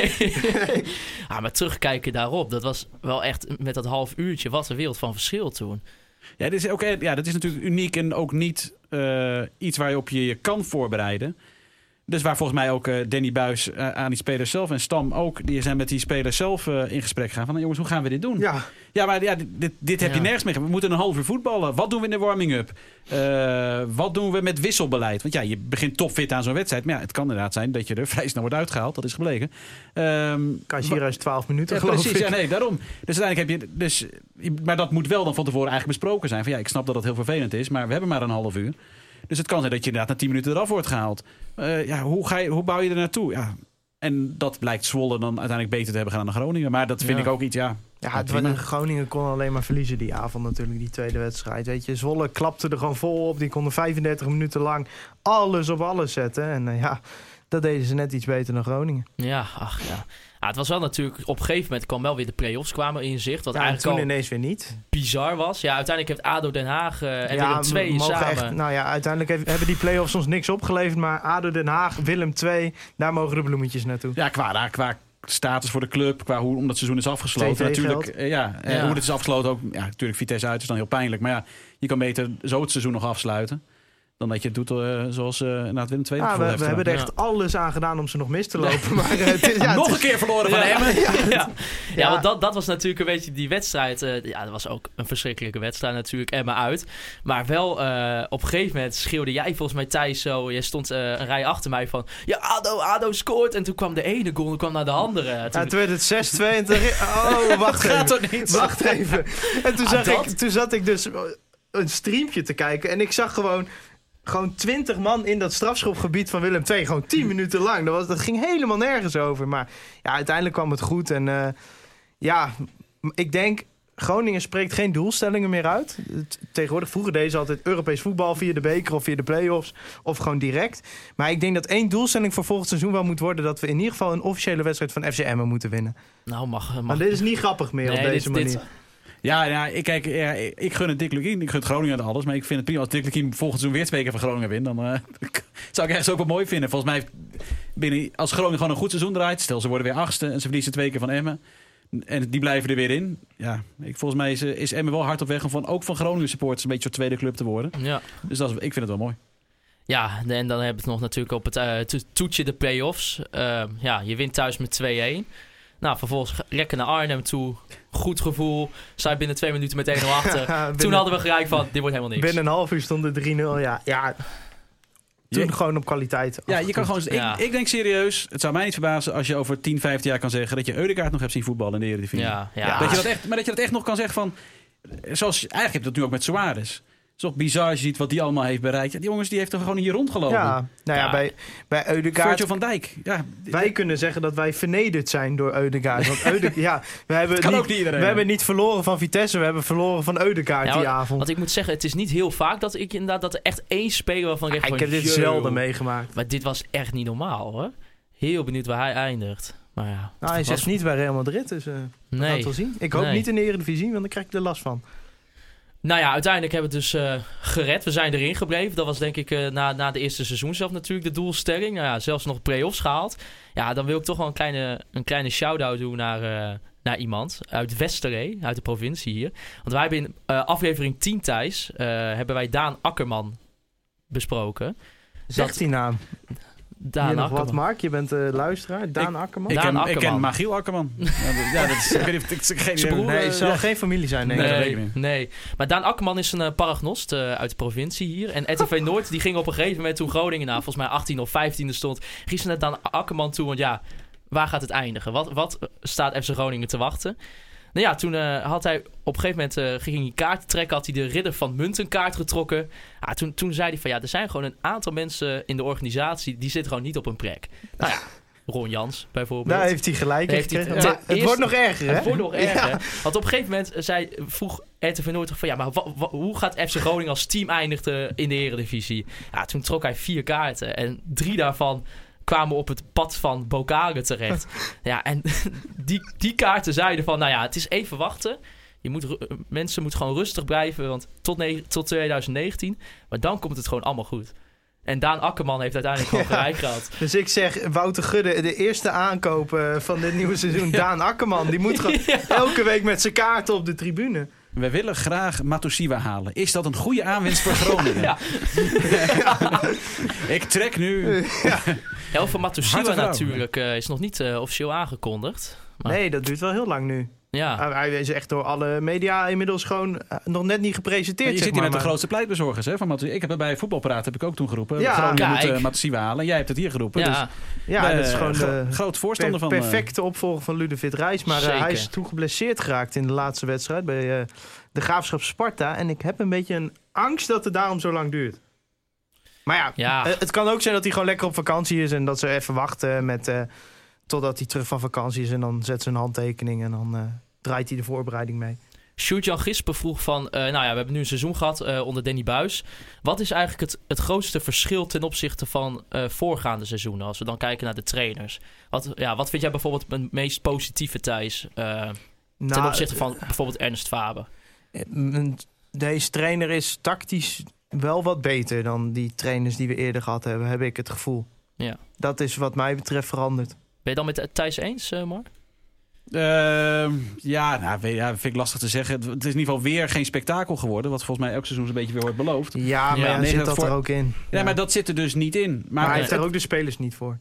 nee. ah, maar terugkijken daarop, dat was wel echt met dat half uurtje... wat een wereld van verschil toen. Ja, dit is, ook, ja, dat is natuurlijk uniek en ook niet uh, iets waar je op je, je kan voorbereiden... Dus waar volgens mij ook uh, Danny Buijs uh, aan die spelers zelf en Stam ook... die zijn met die spelers zelf uh, in gesprek gegaan. Van nou, jongens, hoe gaan we dit doen? Ja, ja maar ja, dit, dit heb ja. je nergens mee. We moeten een half uur voetballen. Wat doen we in de warming-up? Uh, wat doen we met wisselbeleid? Want ja, je begint topfit aan zo'n wedstrijd. Maar ja, het kan inderdaad zijn dat je er vrij snel wordt uitgehaald. Dat is gebleken. Um, Kajira is twaalf minuten, ja, geloof precies, ik. Ja, nee, daarom. Dus uiteindelijk heb je... Dus, maar dat moet wel dan van tevoren eigenlijk besproken zijn. Van ja, ik snap dat dat heel vervelend is. Maar we hebben maar een half uur. Dus het kan zijn dat je inderdaad na tien minuten eraf wordt gehaald. Uh, ja, hoe, ga je, hoe bouw je er naartoe? Ja. En dat blijkt Zwolle dan uiteindelijk beter te hebben gedaan dan Groningen. Maar dat vind ja. ik ook iets, ja... Ja, het was, Groningen kon alleen maar verliezen die avond natuurlijk, die tweede wedstrijd. Weet je, Zwolle klapte er gewoon vol op. Die konden vijfendertig minuten lang alles op alles zetten. En uh, ja, dat deden ze net iets beter dan Groningen. Ja, ach ja. Ah, het was wel natuurlijk, op een gegeven moment kwam wel weer de play-offs kwamen in zicht. Wat ja, eigenlijk toen ineens weer niet. Bizar was. Ja, uiteindelijk heeft ADO Den Haag uh, en ja, Willem twee samen... Echt, nou ja, uiteindelijk heeft, hebben die play-offs ons niks opgeleverd. Maar ADO Den Haag, Willem twee, daar mogen de bloemetjes naartoe. Ja, qua, qua status voor de club, qua hoe omdat het seizoen is afgesloten. Natuurlijk, uh, ja, ja. Uh, hoe het is afgesloten ook. Ja, natuurlijk, Vitesse uit is dan heel pijnlijk. Maar ja, je kan beter zo het seizoen nog afsluiten. dan dat je het doet uh, zoals uh, na het Willem twee. Ja, we, we hebben er echt ja. alles aan gedaan om ze nog mis te lopen. Nee. Maar, uh, het is, ja, nog het een keer verloren van ja, Emmen. Ja, ja. ja. ja want dat, dat was natuurlijk een beetje die wedstrijd. Uh, ja, dat was ook een verschrikkelijke wedstrijd natuurlijk, Emmen uit. Maar wel uh, op een gegeven moment schreeuwde jij volgens mij Thijs zo. Je stond uh, een rij achter mij van... Ja, ADO, ADO scoort. En toen kwam de ene goal en kwam naar de andere. Toen, ja, toen werd het zes twee. En toen... Oh, wacht even. Gaat toch niet? Wacht even. En toen, zag ah, ik, toen zat ik dus een streampje te kijken. En ik zag gewoon... Gewoon twintig man in dat strafschopgebied van Willem twee. Gewoon tien minuten lang. Dat, was, dat ging helemaal nergens over. Maar ja, uiteindelijk kwam het goed. En uh, ja, ik denk... Groningen spreekt geen doelstellingen meer uit. Tegenwoordig, vroeger deden ze altijd Europees voetbal via de beker of via de play-offs. Of gewoon direct. Maar ik denk dat één doelstelling voor volgend seizoen wel moet worden... dat we in ieder geval een officiële wedstrijd van F C Emmen moeten winnen. Nou, mag... mag... Maar dit is niet grappig meer nee, op deze dit, manier. Dit... Ja, ja, ik, kijk, ja, ik gun het Dick Lukien. Ik gun het Groningen alles. Maar ik vind het prima als Dick Lukien volgend seizoen weer twee keer van Groningen wint. Dan uh, zou ik ergens ook wel mooi vinden. Volgens mij, binnen, als Groningen gewoon een goed seizoen draait... stel, ze worden weer achtste en ze verliezen twee keer van Emmen... en die blijven er weer in. Ja, ik, volgens mij is, is Emmen wel hard op weg... om van, ook van Groningen supporters een beetje zo'n tweede club te worden. Ja. Dus dat is, ik vind het wel mooi. Ja, en dan hebben we het nog natuurlijk op het uh, to- toetje de play-offs. Uh, ja, je wint thuis met twee-een. Nou, vervolgens lekker naar Arnhem toe. Goed gevoel. Sta je binnen twee minuten met één nul achter. Ja, binnen, Toen hadden we gelijk van, dit wordt helemaal niks. Binnen een half uur stond het drie nul. Ja, ja. Toen je, gewoon op kwaliteit. Ja, je kan gewoon, ja. ik, ik denk serieus, het zou mij niet verbazen als je over tien, vijftien jaar kan zeggen dat je Ødegaard nog hebt zien voetballen in de Eredivisie. Ja, ja. Dat je dat echt, maar dat je dat echt nog kan zeggen van, zoals eigenlijk heb je dat nu ook met Suarez. Het is toch bizar als je ziet wat die allemaal heeft bereikt. Ja, die jongens die heeft toch gewoon hier rondgelopen. Ja, nou ja, ja. bij, bij Ødegaard... Virgil van Dijk. Ja. Wij kunnen zeggen dat wij vernederd zijn door Ødegaard. Want Ødegaard, ja, we hebben, kan niet, ook niet iedereen, we hebben niet verloren van Vitesse. We hebben verloren van Ødegaard ja, die avond. Want ik moet zeggen, het is niet heel vaak dat ik inderdaad dat er echt één speler waarvan ik ja, echt ik van, heb dit zelden meegemaakt. Maar dit was echt niet normaal, hoor. Heel benieuwd waar hij eindigt. Maar ja, nou, hij was... zegt niet bij Real Madrid, dus uh, we nee. gaan het wel zien. Ik hoop nee. niet in de Eredivisie, want dan krijg ik er last van. Nou ja, uiteindelijk hebben we het dus uh, gered. We zijn erin gebleven. Dat was denk ik uh, na, na de eerste seizoen zelf natuurlijk de doelstelling. Nou ja, zelfs nog play-offs gehaald. Ja, dan wil ik toch wel een kleine, een kleine shout-out doen naar, uh, naar iemand uit Westerlee, uit de provincie hier. Want wij hebben in uh, aflevering tien, Thijs, uh, hebben wij Daan Akkerman besproken. Zegt dat, die naam? Daan Hier nog Akkerman. Wat, Mark? Je bent uh, luisteraar. Daan ik, Akkerman? Ik, Daan ken, Akkerman. ik ken Magiel Akkerman. ja, dat, ja, dat is, ik weet niet, ik, ik, geen Zijn broer? Nee, het zal ja. geen familie zijn. Nee, nee, nee, nee. Maar Daan Akkerman is een uh, paragnost uh, uit de provincie hier. En R T V Noord die ging op een gegeven moment toen Groningen, nou, volgens mij achttien of vijftiende stond, ging ze naar Daan Akkerman toe. Want ja, waar gaat het eindigen? Wat, wat staat F C Groningen te wachten? Nou ja, toen uh, had hij op een gegeven moment uh, ging hij kaarten trekken, had hij de Ridder van Muntenkaart getrokken. Ja, toen, toen zei hij van ja, er zijn gewoon een aantal mensen in de organisatie die zitten gewoon niet op hun plek. Nou ja, Ron Jans bijvoorbeeld. Daar heeft hij gelijk heeft hij, hij, ja, Het eerst, wordt nog erger, hè? Het wordt nog erger. Ja. Want op een gegeven moment zei, vroeg R T V Noord van ja, maar wa, wa, hoe gaat F C Groningen als team eindigen in de Eredivisie? Ja, toen trok hij vier kaarten en drie daarvan kwamen op het pad van Bokare terecht. Ja, en die, die kaarten zeiden van, nou ja, het is even wachten. Je moet, mensen moeten gewoon rustig blijven, want tot, ne- tot twintig negentien. Maar dan komt het gewoon allemaal goed. En Daan Akkerman heeft uiteindelijk gewoon gelijk ja, gehad. Dus ik zeg, Wouter Gudde, de eerste aankoop van dit nieuwe seizoen, ja. Daan Akkerman, die moet gewoon ja. elke week met zijn kaarten op de tribune. We willen graag Matusiwa halen. Is dat een goede aanwinst voor Groningen? Ja. ja. Ik trek nu. Ja. Elf van Matusiwa natuurlijk uh, is nog niet uh, officieel aangekondigd. Maar... Nee, dat duurt wel heel lang nu. Ja. Hij is echt door alle media inmiddels gewoon uh, nog net niet gepresenteerd. Ja, je zeg zit hier maar, met de maar... grootste pleitbezorgers. Hè, van Matusiwa. Ik heb het bij Voetbalpraat heb ik ook toen geroepen. Ja, Groningen kijk. moet uh, Matusiwa halen. Jij hebt het hier geroepen. Ja, dus, ja uh, dat is gewoon gro- de groot voorstander per- van... perfecte opvolger van Ludovic Reis. Maar uh, hij is toen geblesseerd geraakt in de laatste wedstrijd bij uh, de Graafschap Sparta. En ik heb een beetje een angst dat het daarom zo lang duurt. Maar ja, ja. Uh, het kan ook zijn dat hij gewoon lekker op vakantie is en dat ze even wachten met, uh, totdat hij terug van vakantie is. En dan zet ze een handtekening en dan uh, draait hij de voorbereiding mee. Sjoerd-Jan Gispen vroeg van, uh, nou ja, we hebben nu een seizoen gehad uh, onder Danny Buis. Wat is eigenlijk het, het grootste verschil ten opzichte van uh, voorgaande seizoenen? Als we dan kijken naar de trainers. Wat, ja, wat vind jij bijvoorbeeld het meest positieve, Thijs? Uh, nou, ten opzichte van bijvoorbeeld Ernst Faber? Deze trainer is tactisch wel wat beter dan die trainers die we eerder gehad hebben, heb ik het gevoel. Ja. Dat is wat mij betreft veranderd. Ben je dan met Thijs eens, uh, Mark? Uh, ja, nou, weet, ja, vind ik lastig te zeggen. Het is in ieder geval weer geen spektakel geworden. Wat volgens mij elk seizoen een beetje weer wordt beloofd. Ja, maar Ja, ja, nee, zit dat dat voor- er ook in. Ja, Ja. maar dat zit er dus niet in. Maar, Maar hij heeft het- daar ook de spelers niet voor.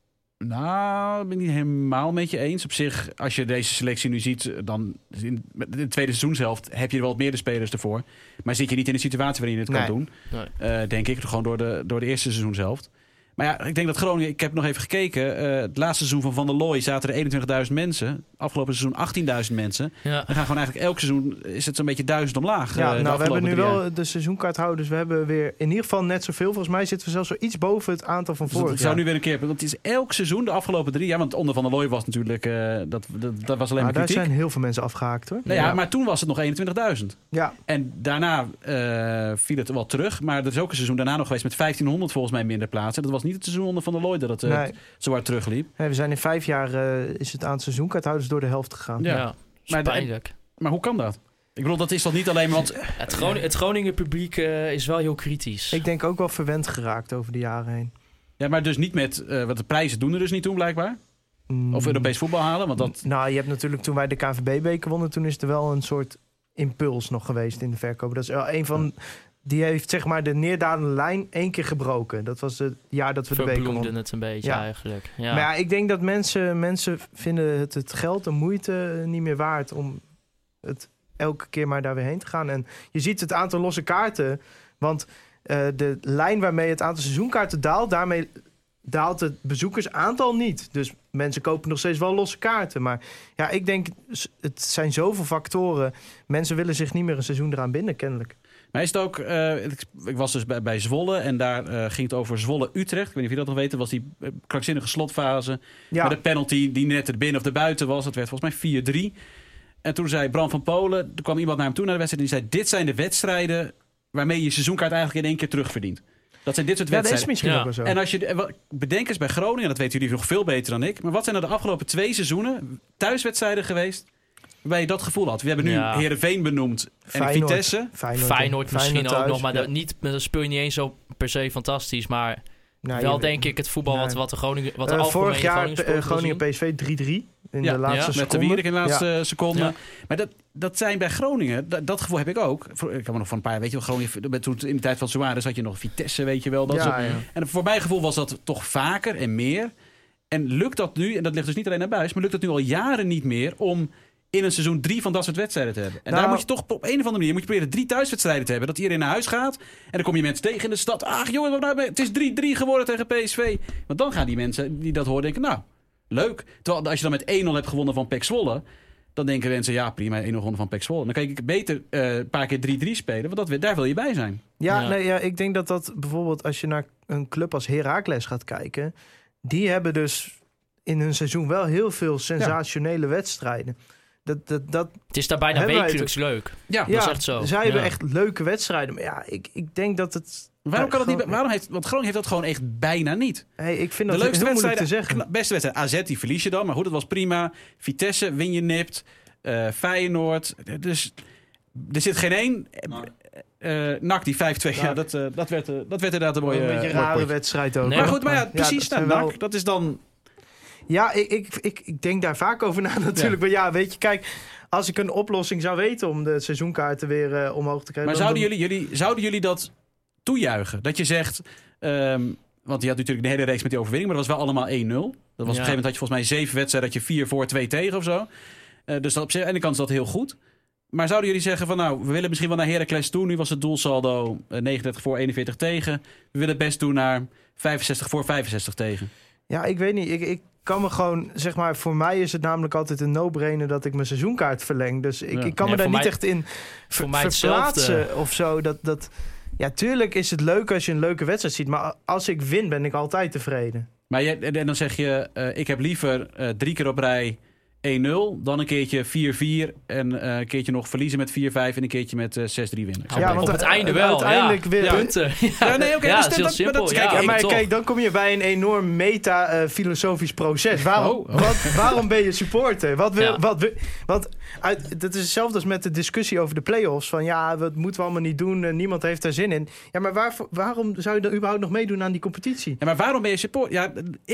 Nou, dat ben ik niet helemaal met je eens. Op zich, als je deze selectie nu ziet, dan in de tweede seizoenshelft heb je er wel wat meer de spelers ervoor. Maar zit je niet in een situatie waarin je het Nee. kan doen. Nee. Uh, denk ik, gewoon door de, door de eerste seizoenshelft. Maar ja, ik denk dat Groningen, ik heb nog even gekeken. Uh, het laatste seizoen van Van der Looy zaten er eenentwintigduizend mensen. Afgelopen seizoen achttienduizend mensen. Ja. Dan gaan gewoon eigenlijk elk seizoen, is het zo'n beetje duizend omlaag. Ja, uh, de nou, we hebben afgelopen nu drie jaar. wel de seizoenkaarthouders. We hebben weer in ieder geval net zoveel. Volgens mij zitten we zelfs zo iets boven het aantal van Dus vorig dat jaar. zou nu weer een keer... Want het is elk seizoen de afgelopen drie jaar... Want onder Van der Looy was natuurlijk... Uh, dat, dat, dat was alleen Maar maar daar kritiek. zijn heel veel mensen afgehaakt hoor. Nou ja, Ja. maar toen was het nog eenentwintigduizend. Ja, En daarna uh, viel het wel terug. Maar er is ook een seizoen daarna nog geweest met vijftienhonderd volgens mij minder plaatsen. Dat was niet het seizoen onder Van der Looy dat het uh, nee. zo hard terugliep. Nee, we zijn in vijf jaar uh, is het aantal seizoenkaarthouders door de helft gegaan. Ja. Ja, Maar de- pijnlijk. Maar hoe kan dat? Ik bedoel, dat is toch niet alleen... Want Het, Groningen, het Groningen publiek uh, is wel heel kritisch. Ik denk ook wel verwend geraakt over de jaren heen. ja, maar dus niet met... Uh, want de prijzen doen er dus niet toe blijkbaar. Mm. Of Europees voetbal halen. Want dat... Nou, je hebt natuurlijk toen wij de K N V B-beker wonnen, toen is er wel een soort impuls nog geweest in de verkoop. Dat is wel een van... Die heeft zeg maar de neerdalende lijn één keer gebroken. Dat was het jaar dat we de beker Verbloemde wonnen. het een beetje Ja. eigenlijk. Ja. Maar ja, ik denk dat mensen, mensen vinden het, het geld, de moeite niet meer waard om het elke keer maar daar weer heen te gaan. En je ziet het aantal losse kaarten. Want uh, de lijn waarmee het aantal seizoenkaarten daalt, daarmee daalt het bezoekersaantal niet. Dus mensen kopen nog steeds wel losse kaarten. Maar ja, ik denk, het zijn zoveel factoren. Mensen willen zich niet meer een seizoen eraan binden, kennelijk. Maar is het ook... Uh, ik, ik was dus bij, bij Zwolle en daar uh, ging het over Zwolle-Utrecht. Ik weet niet of je dat nog weet. Dat was die uh, krankzinnige slotfase. Ja, Met de penalty die net er binnen of er buiten was. Dat werd volgens mij vier drie. En toen zei Bram van Polen... Er kwam iemand naar hem toe naar de wedstrijd en die zei... Dit zijn de wedstrijden waarmee je je seizoenkaart eigenlijk in één keer terugverdient. Dat zijn dit soort ja dat wedstrijden. is misschien Ja. ook wel zo. En als je bedenk eens bij Groningen, dat weten jullie nog veel beter dan ik. Maar wat zijn er de afgelopen twee seizoenen thuiswedstrijden geweest waarbij je dat gevoel had? We hebben nu Ja. Heerenveen benoemd en Feyenoord. Vitesse. Feyenoord, Feyenoord misschien Feyenoord ook thuis, nog, maar ja. dat, niet, dat speel je niet eens zo per se fantastisch. Maar Nou, wel je- denk ik het voetbal wat, Nee. wat de Groningen, wat de Uh, algemene vorig jaar Groningen uh, sport wil Groningen zien. P S V drie drie in Ja, de laatste ja, met de seconde. Wierik in de laatste Ja. seconde. Ja. Maar dat, dat zijn bij Groningen, dat, dat gevoel heb ik ook. Voor- Ik kan me nog van een paar, weet je wel, Groningen, toen in de tijd van Suarez had je nog Vitesse, weet je wel. Dat Ja, soort- ja. En voor mijn gevoel was dat toch vaker en meer. En lukt dat nu, en dat ligt dus niet alleen naar buis, maar lukt het nu al jaren niet meer om in een seizoen drie van dat soort wedstrijden te hebben. En Nou, daar moet je toch op een of andere manier moet je proberen drie thuiswedstrijden te hebben. Dat iedereen naar huis gaat. En dan kom je mensen tegen in de stad. Ach jongen, wat nou, het is drie drie geworden tegen P S V. Want dan gaan die mensen die dat horen denken, nou, leuk. Terwijl als je dan met één nul hebt gewonnen van P E C Zwolle, dan denken mensen, ja prima, één nul gewonnen van P E C Zwolle. Dan kan ik beter uh, een paar keer drie drie spelen, want dat, daar wil je bij zijn. Ja, Ja. Nee, ja, ik denk dat dat bijvoorbeeld als je naar een club als Heracles gaat kijken, die hebben dus in hun seizoen wel heel veel sensationele wedstrijden. Dat, dat, dat, Het is daar bijna Hebben wij wekelijks leuk. Ja, dat is echt zo. zij hebben Ja. echt leuke wedstrijden. Maar ja, ik, ik denk dat het... Waarom kan het niet? Gewoon- Waarom heeft, want Groningen heeft dat gewoon echt bijna niet. Hey, ik vind De dat leukste heel moeilijk wedstrijden, te zeggen. kna- beste wedstrijd, A Z die verlies je dan, maar goed, dat was prima. Vitesse win je nipt, uh, Feyenoord, dus er zit geen één. Uh, N A C die vijf twee, Nou, ja, dat, uh, dat, werd, uh, dat werd inderdaad een mooie. een beetje uh, een mooi rare potje. wedstrijd ook. Nee, Maar hoor. goed, maar ja, precies. dat nou, zijn N A C, wel- dat is dan. Ja, ik, ik, ik, ik denk daar vaak over na natuurlijk. Maar ja, weet je, kijk, als ik een oplossing zou weten om de seizoenkaarten weer uh, omhoog te krijgen... Maar dan- zouden jullie, jullie, zouden jullie dat toejuichen? Dat je zegt. Um, want je had natuurlijk de hele reeks met die overwinning, maar dat was wel allemaal één nul. Dat was op een gegeven moment had je volgens mij zeven wedstrijden, dat je vier voor, twee tegen of zo. Uh, dus dat op zich, aan de ene kant is dat heel goed. Maar zouden jullie zeggen van nou, we willen misschien wel naar Heracles toe. Nu was het doelsaldo uh, negenendertig voor, eenenveertig tegen. We willen best doen naar vijfenzestig voor, vijfenzestig tegen. Ja, ik weet niet. Ik, ik kan me gewoon, zeg maar, voor mij is het namelijk altijd een no-brainer dat ik mijn seizoenkaart verleng. Dus ik, Ja. ik kan Nee, me daar voor niet mij- echt in voor ver- mij verplaatsen hetzelfde. of zo. Dat, dat, ja, tuurlijk is het leuk als je een leuke wedstrijd ziet. Maar als ik win, ben ik altijd tevreden. Maar je, en dan zeg je, uh, ik heb liever uh, drie keer op rij één nul, dan een keertje vier vier en uh, een keertje nog verliezen met vier vijf en een keertje met uh, zes drie winnen. Ja, op het einde wel, Uiteindelijk ja. weer... Punten. Ja, nee, oké, ja, dus dat is heel dat- simpel. maar dat- ja, kijk, Ja, ik maar toch. kijk, dan kom je bij een enorm meta-filosofisch proces. Waarom, Oh, oh. Wat, waarom ben je supporter? Wat wil, Ja. wat wil, want uit, dat is hetzelfde als met de discussie over de play-offs. Van ja, wat moeten we allemaal niet doen? Uh, niemand heeft daar zin in. Ja, maar waarvoor, waarom zou je dan überhaupt nog meedoen aan die competitie? Ja, maar waarom ben je support? Ja, ik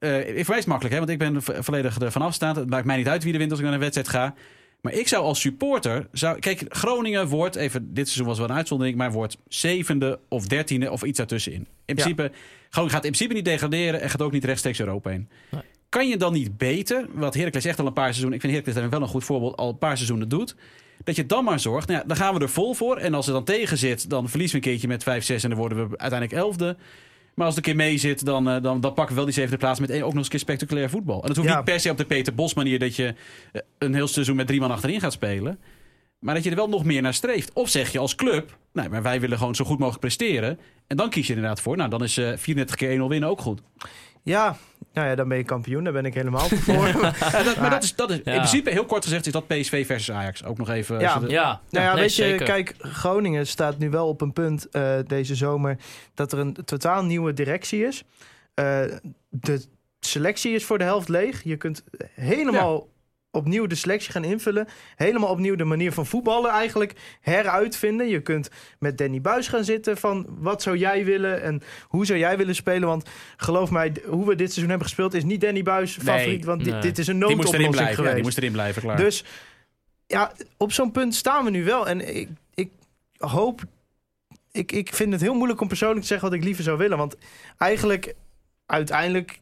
voor mij is het makkelijk, hè, want ik ben vo- volledig ervan afstaand. Het maakt mij niet uit wie er wint als ik naar een wedstrijd ga. Maar ik zou als supporter... Zou, kijk, Groningen wordt, even dit seizoen was wel een uitzondering... maar wordt zevende of dertiende of iets daartussenin. In principe, ja. Groningen gaat in principe niet degraderen... en gaat ook niet rechtstreeks Europa in. Nee. Kan je dan niet beter, wat Heracles echt al een paar seizoenen... ik vind Heracles daar wel een goed voorbeeld, al een paar seizoenen doet... dat je dan maar zorgt, nou ja, dan gaan we er vol voor... en als het dan tegen zit, dan verliezen we een keertje met vijf zes... en dan worden we uiteindelijk elfde... Maar als het een keer mee zit, dan, dan, dan pakken we wel die zevende plaats... met één, ook nog eens een keer spectaculair voetbal. En dat hoeft ja. niet per se op de Peter Bos manier... dat je een heel seizoen met drie man achterin gaat spelen. Maar dat je er wel nog meer naar streeft. Of zeg je als club, nee, maar wij willen gewoon zo goed mogelijk presteren. En dan kies je inderdaad voor. Nou, dan is uh, vierendertig keer één nul winnen ook goed. Ja, nou ja, dan ben je kampioen. Daar ben ik helemaal voor. ja, dat, maar dat is, dat is ja. in principe, heel kort gezegd, is dat P S V versus Ajax. Ook nog even... Ja, de... ja. Nou ja, nee, weet zeker. je, kijk, Groningen staat nu wel op een punt uh, deze zomer... dat er een totaal nieuwe directie is. Uh, de selectie is voor de helft leeg. Je kunt helemaal... Ja. opnieuw de selectie gaan invullen. Helemaal opnieuw de manier van voetballen eigenlijk heruitvinden. Je kunt met Danny Buis gaan zitten van wat zou jij willen en hoe zou jij willen spelen. Want geloof mij, hoe we dit seizoen hebben gespeeld is niet Danny Buis favoriet. Nee, want nee. dit, dit is een noodoplossing die moest erin blijven, geweest. Ja, die moest erin blijven, klaar. Dus ja, op zo'n punt staan we nu wel. En ik, ik hoop... Ik, ik vind het heel moeilijk om persoonlijk te zeggen wat ik liever zou willen. Want eigenlijk, uiteindelijk...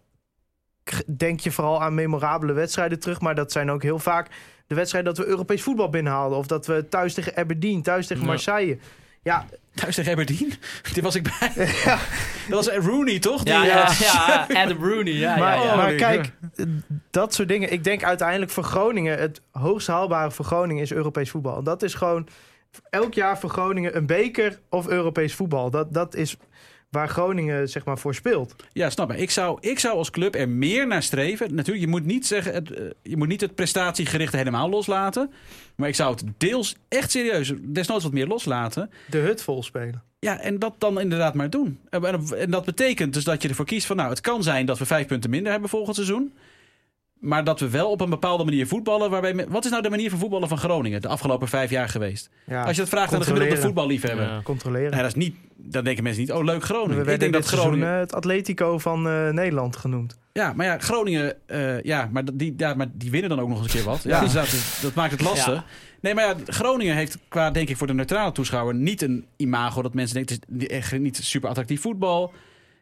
denk je vooral aan memorabele wedstrijden terug. Maar dat zijn ook heel vaak de wedstrijden dat we Europees voetbal binnenhaalden. Of dat we thuis tegen Aberdeen, thuis tegen Marseille. Ja. Thuis tegen Aberdeen? Dit was ik bij. Ja. Dat was Rooney, toch? Die, ja, ja, ja, Adam Rooney. Ja, maar, ja, ja. maar kijk, dat soort dingen. Ik denk uiteindelijk voor Groningen, het hoogst haalbare voor Groningen is Europees voetbal. En dat is gewoon elk jaar voor Groningen een beker of Europees voetbal. Dat, dat is... waar Groningen zeg maar voor speelt. Ja, snap ik. Ik zou, ik zou als club er meer naar streven. Natuurlijk, je moet niet zeggen, het, uh, je moet niet het prestatiegerichte helemaal loslaten. Maar ik zou het deels echt serieus, desnoods wat meer loslaten. De hut vol spelen. Ja, en dat dan inderdaad maar doen. En, en dat betekent dus dat je ervoor kiest van, nou, het kan zijn dat we vijf punten minder hebben volgend seizoen. Maar dat we wel op een bepaalde manier voetballen. Waarbij, wat is nou de manier van voetballen van Groningen de afgelopen vijf jaar geweest? Ja, als je dat vraagt aan de gemiddelde voetballiefhebber. Ja. Controleren. Nou, dat is niet, dan denken mensen niet, oh leuk Groningen. We werden ik denk dat Groningen uh, het Atletico van uh, Nederland genoemd. Ja, maar ja, Groningen, uh, ja, maar die, ja, maar die winnen dan ook nog eens een keer wat. Ja, dus dat, dat maakt het lastig. Ja. Nee, maar ja, Groningen heeft qua, denk ik, voor de neutrale toeschouwer niet een imago dat mensen denken, het is echt niet super attractief voetbal.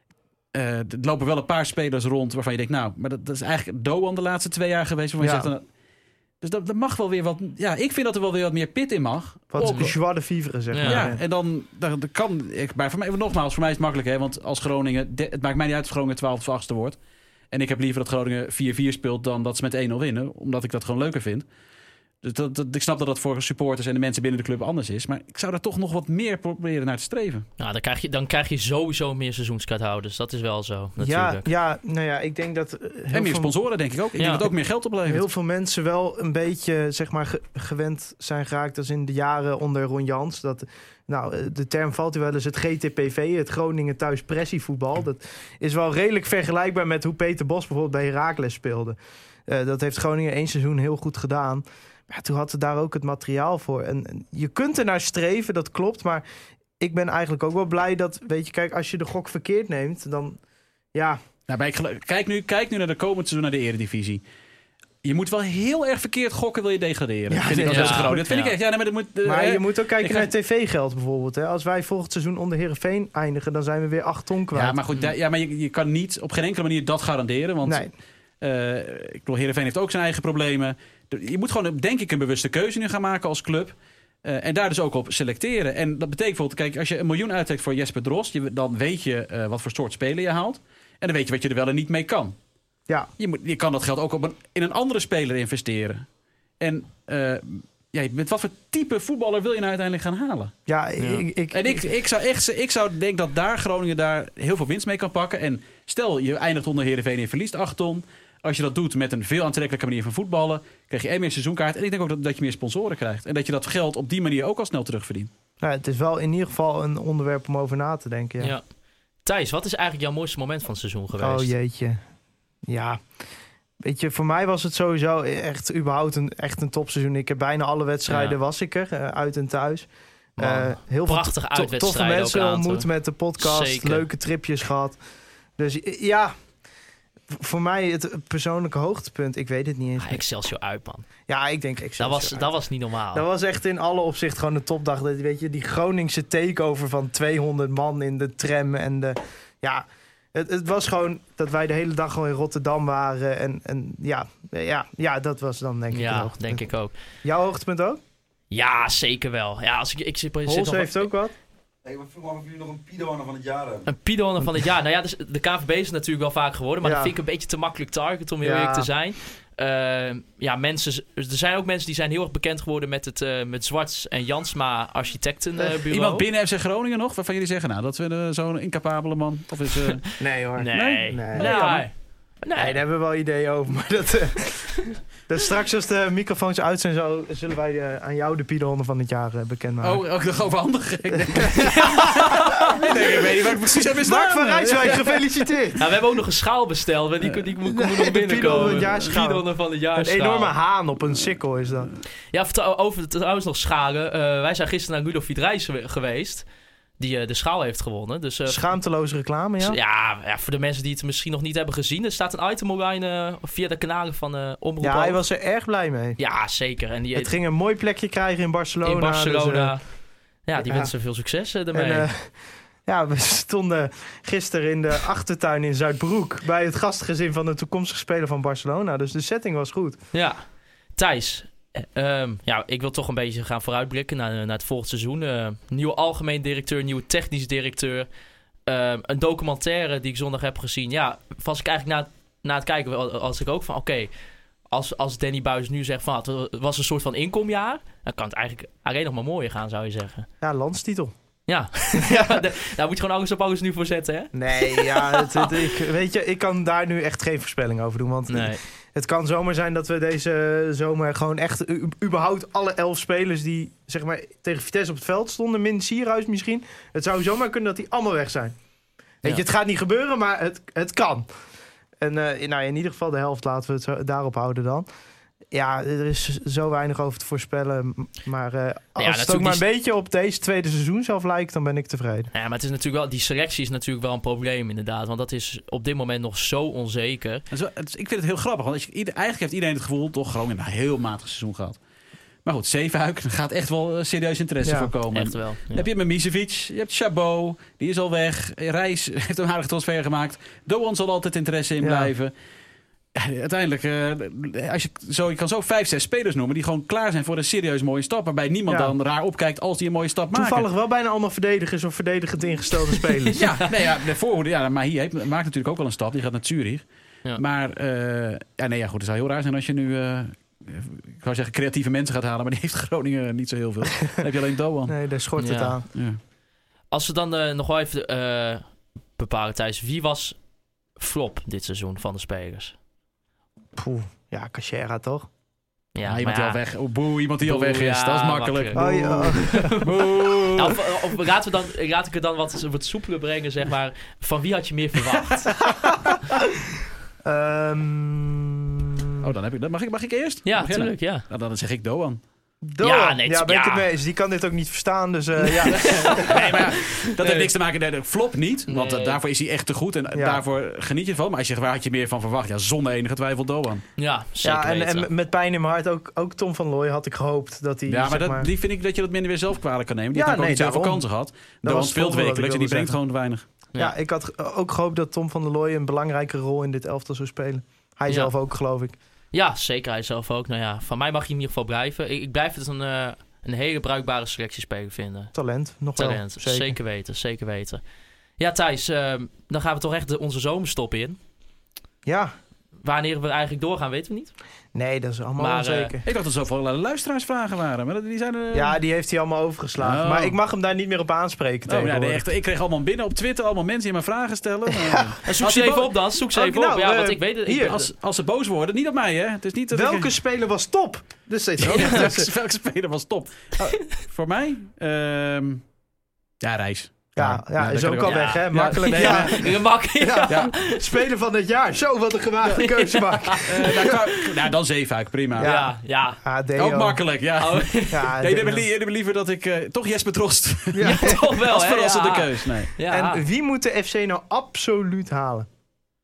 Uh, er lopen wel een paar spelers rond waarvan je denkt, nou, maar dat, dat is eigenlijk Doan de laatste twee jaar geweest. Waarvan ja. je zegt, dus dat, dat mag wel weer wat. Ja, ik vind dat er wel weer wat meer pit in mag. Wat joie de vivre, zeg maar. Ja, ja, en dan, dan kan ik. Maar voor mij, nogmaals, voor mij is het makkelijk, hè? Want als Groningen, de, het maakt mij niet uit of Groningen twaalfde of achtste wordt. En ik heb liever dat Groningen vier vier speelt dan dat ze met één nul winnen, omdat ik dat gewoon leuker vind. Dus dat, dat, ik snap dat dat voor supporters en de mensen binnen de club anders is. Maar ik zou daar toch nog wat meer proberen naar te streven. Nou, dan krijg je, dan krijg je sowieso meer seizoenskaarthouders. Dat is wel zo, natuurlijk. Ja, ja, nou ja, ik denk dat... Heel en meer veel, sponsoren, denk ik ook. Ik ja. denk dat het ook meer geld oplevert. Heel veel mensen wel een beetje, zeg maar, ge- gewend zijn geraakt als in de jaren onder Ron Jans. Dat, nou, de term valt u wel eens het G T P V, het Groningen thuis pressievoetbal. Dat is wel redelijk vergelijkbaar met hoe Peter Bos bijvoorbeeld bij Heracles speelde. Uh, dat heeft Groningen één seizoen heel goed gedaan. Ja, toen had ze daar ook het materiaal voor. En, en je kunt er naar streven, dat klopt. Maar ik ben eigenlijk ook wel blij dat... Weet je, kijk, als je de gok verkeerd neemt, dan... Ja. Nou, maar ik, kijk, nu, kijk nu naar de komende seizoen naar de Eredivisie. Je moet wel heel erg verkeerd gokken, wil je degraderen. Ja, vind ik als ja. Groningen. Dat vind ja. ik echt. Ja, nee, maar dat moet, uh, maar je moet ook kijken naar tv-geld bijvoorbeeld. Hè. Als wij volgend seizoen onder Heerenveen eindigen, dan zijn we weer acht ton kwijt. Ja, maar goed, da- ja, maar je, je kan niet op geen enkele manier dat garanderen. Want nee. uh, ik bedoel, Heerenveen heeft ook zijn eigen problemen. Je moet gewoon, denk ik, een bewuste keuze nu gaan maken als club. Uh, en daar dus ook op selecteren. En dat betekent bijvoorbeeld, kijk, als je een miljoen uittrekt voor Jesper Drost, je, dan weet je uh, wat voor soort speler je haalt. En dan weet je wat je er wel en niet mee kan. Ja. Je, moet, je kan dat geld ook op een, in een andere speler investeren. En uh, ja, met wat voor type voetballer wil je nou uiteindelijk gaan halen? Ja, ja. Ik, ik, en ik, ik zou echt, ik zou denk dat daar Groningen daar heel veel winst mee kan pakken. En stel, je eindigt onder Heerenveen en je verliest acht ton. Als je dat doet met een veel aantrekkelijke manier van voetballen, krijg je één meer seizoenkaart. En ik denk ook dat, dat je meer sponsoren krijgt. En dat je dat geld op die manier ook al snel terugverdient. Nou, het is wel in ieder geval een onderwerp om over na te denken. Ja. Ja. Thijs, wat is eigenlijk jouw mooiste moment van het seizoen geweest? Oh jeetje. Ja, weet je, voor mij was het sowieso echt überhaupt een, echt een topseizoen. Ik heb bijna alle wedstrijden ja. was ik er, uh, uit en thuis. Uh, heel prachtig veel to- toffe mensen ontmoet met de podcast. Zeker. Leuke tripjes gehad. Dus ja, voor mij het persoonlijke hoogtepunt, ik weet het niet eens. Ah, Excelsior uit, man. Ja, ik denk Excelsior Dat was, uit. dat was niet normaal. Dat was echt in alle opzichten gewoon een topdag. Dat, weet je, die Groningse takeover van tweehonderd man in de tram. En de, ja, het, het was gewoon dat wij de hele dag gewoon in Rotterdam waren. En, en ja, ja, ja, dat was dan denk ik het Ja, hoogtepunt. denk ik ook. Jouw hoogtepunt ook? Ja, zeker wel. Ja, als ik, ik zit, zit Hols nog heeft ook wat. Hey, ik vroeg me af of jullie nog een Pido van het jaar hebben. Een Piedonner van het jaar. Nou ja, dus de K V B is natuurlijk wel vaak geworden. Maar Ja. dat vind ik een beetje te makkelijk target om heel Ja. eerlijk te zijn. Uh, ja, mensen, er zijn ook mensen die zijn heel erg bekend geworden met het uh, met Zwarts en Jansma architectenbureau. Iemand binnen F C Groningen nog? Waarvan jullie zeggen, nou, dat we uh, zo'n incapabele man. Of is, uh... Nee hoor. Nee. Nee. Nee. Nee. Nee. Nee, daar hebben we wel ideeën over. Maar dat, uh, dat straks als de microfoons uit zijn, zo, zullen wij uh, aan jou de Piedonner van het jaar uh, bekendmaken. Oh, ook nog overhandigen. Ik denk, ik, denk, ik weet niet waar ik precies heb bestaan. Mark van Rijswijk, gefeliciteerd. Nou, we hebben ook nog een schaal besteld. Die, die, die moet, moet nog De binnenkomen. Piedonner van het jaar schaal. Piedonner van het jaar Een schaal. enorme haan op een sikkel is dat. Ja, vertel- over trouwens nog schalen. Uh, wij zijn gisteren naar Rudolf Vidrijs geweest. Die uh, de schaal heeft gewonnen. Dus, uh, Schaamteloze reclame, ja? Ja, ja, voor de mensen die het misschien nog niet hebben gezien. Er staat een item online uh, via de kanalen van uh, Omroep. Ja, hij was er erg blij mee. Ja, zeker. En die, Het ging een mooi plekje krijgen in Barcelona. in Barcelona. Dus, uh, ja, die ja. wensen veel succes uh, ermee. en, uh, ja, we stonden gisteren in de achtertuin in Zuidbroek bij het gastgezin van de toekomstige speler van Barcelona. Dus de setting was goed. Ja, Thijs. Um, ja, ik wil toch een beetje gaan vooruitblikken naar, naar het volgende seizoen. Uh, nieuwe algemeen directeur, nieuwe technisch directeur. Uh, een documentaire die ik zondag heb gezien. Ja, was ik eigenlijk na, na het kijken, als ik ook van oké, okay, als, als Danny Buijs nu zegt van het was een soort van inkomjaar, dan kan het eigenlijk alleen nog maar mooier gaan, zou je zeggen. Ja, landstitel. Ja, ja de, daar moet je gewoon alles op alles nu voor zetten, hè? Nee, ja, het, het, ik, weet je, ik kan daar nu echt geen voorspelling over doen. Want nee. Het kan zomaar zijn dat we deze zomer gewoon echt u, überhaupt alle elf spelers die zeg maar tegen Vitesse op het veld stonden, min Sierhuis misschien. Het zou zomaar kunnen dat die allemaal weg zijn. Weet Ja. je, het gaat niet gebeuren, maar het, het kan. En uh, nou, in ieder geval de helft laten we het zo, daarop houden dan. Ja, er is zo weinig over te voorspellen. Maar uh, als ja, het ook maar een beetje op deze tweede seizoen zelf lijkt, dan ben ik tevreden. Ja, maar het is natuurlijk wel, die selectie is natuurlijk wel een probleem inderdaad. Want dat is op dit moment nog zo onzeker. Het is wel- het is- ik vind het heel grappig, want als je, ieder- eigenlijk heeft iedereen het gevoel, toch Groningen een heel matig seizoen gehad. Maar goed, Zeefuik, er gaat echt wel uh, serieus interesse Ja, voor komen. Echt wel. Dan Ja. heb je met Misevic, je hebt Chabot, die is al weg. Reis heeft een aardige transfer gemaakt. Doan zal altijd interesse in Ja. blijven. Ja, uiteindelijk, uh, als je, zo, je kan zo vijf, zes spelers noemen die gewoon klaar zijn voor een serieus mooie stap. Waarbij niemand Ja. dan raar opkijkt als die een mooie stap maken. Toevallig wel bijna allemaal verdedigers of verdedigend ingestelde spelers. Ja, nee, ja, de voorhoede, ja, maar hier heeft, maakt natuurlijk ook wel een stap. Die gaat naar Zurich. Ja. Maar uh, ja, nee, ja, goed, het zou heel raar zijn als je nu, uh, ik zou zeggen, creatieve mensen gaat halen. Maar die heeft Groningen niet zo heel veel. Dan heb je alleen Doan. Nee, daar schort het Ja. aan. Ja. Als we dan uh, nog wel even uh, bepalen, Thijs. Wie was flop dit seizoen van de spelers? Poeh, ja, Cachera toch? Ja, maar iemand ja. die al weg, oh, boe, iemand die al Boe, weg is. ja, Dat is makkelijk. makkelijk. Oh, ja. Boe. Nou, of, of laten, we dan, laat ik het dan wat, wat soepeler brengen, zeg maar. Van wie had je meer verwacht? Ehm, Oh, dan heb ik dat. Mag ik, mag ik eerst? Ja, Mag jij natuurlijk, ja. nou? Dan zeg ik Doan. Doan. Ja, nee, ja, ben ik ja. het mee eens. Die kan dit ook niet verstaan, dus uh, ja. Nee, maar ja, dat Nee. heeft niks te maken met de flop niet. Want Nee. uh, daarvoor is hij echt te goed. En uh, Ja. daarvoor geniet je ervan. Maar als je zegt, waar had je meer van verwacht? Ja, zonder enige twijfel Doan. Ja, zeker ja, en, weten. en met pijn in mijn hart ook, ook Tom van Looy had ik gehoopt dat hij. Ja, maar, zeg dat, maar die vind ik dat je dat minder weer zelf kwalijk kan nemen. Die Ja, heeft ook nee, niet zoveel daarom. kansen gehad. was Doan het speelt volgende wat ik wekelijks en die wilde brengt gewoon weinig. ja, ik had ook gehoopt dat Tom van der Looy een belangrijke rol in dit elftal zou spelen. Hij Ja. zelf ook, geloof ik. Ja, zeker hij zelf ook. Nou ja, van mij mag hij in ieder geval blijven. Ik, ik blijf het een, uh, een hele bruikbare selectiespeler vinden. Talent, nog Talent, wel. Zeker. zeker weten, zeker weten. Ja, Thijs, uh, dan gaan we toch echt de, onze zomerstop in. Ja, Wanneer we eigenlijk doorgaan, weten we niet. nee, dat is allemaal Maar, onzeker. Ik dacht dat er zoveel luisteraarsvragen waren. Maar dat- die zijn er... Ja, die heeft hij allemaal overgeslagen. Oh. Maar ik mag hem daar niet meer op aanspreken. Oh, ja, nee, tegenwoordig. echt, ik kreeg allemaal binnen op Twitter allemaal mensen die me vragen stellen. En zoek Als ze die even bo- op dan, zoek ze Oh, even nou, op. Ja, uh, want ik weet het. ik hier, weet- Als, als ze boos worden, niet op mij, hè? Het is niet dat Welke ik... speler was top? Dus steeds ook. Ja, welke, welke speler was top? Oh, voor mij? Ehm, ja, Reis. Ja, ja, dat is kan ook ik al ook. weg, hè? Ja, Makkelijk. nee, Ja, maar- Ik mag Ja. Ja, Speler van het jaar. Zo, wat een gewaagde keuze maken. eh, nou, kan- nou, dan Zeefuik, prima. Ja. Ja, ja. Ah, Deo. Ook makkelijk, ja. Oh, Ja, Nee, jullie Deo. hebben li- jullie hebben liever dat ik... eh, toch Jesper Drost Ja. ja, toch wel, als hè? verrassende ja. keus. Nee. Ja. En wie moet de F C nou absoluut halen?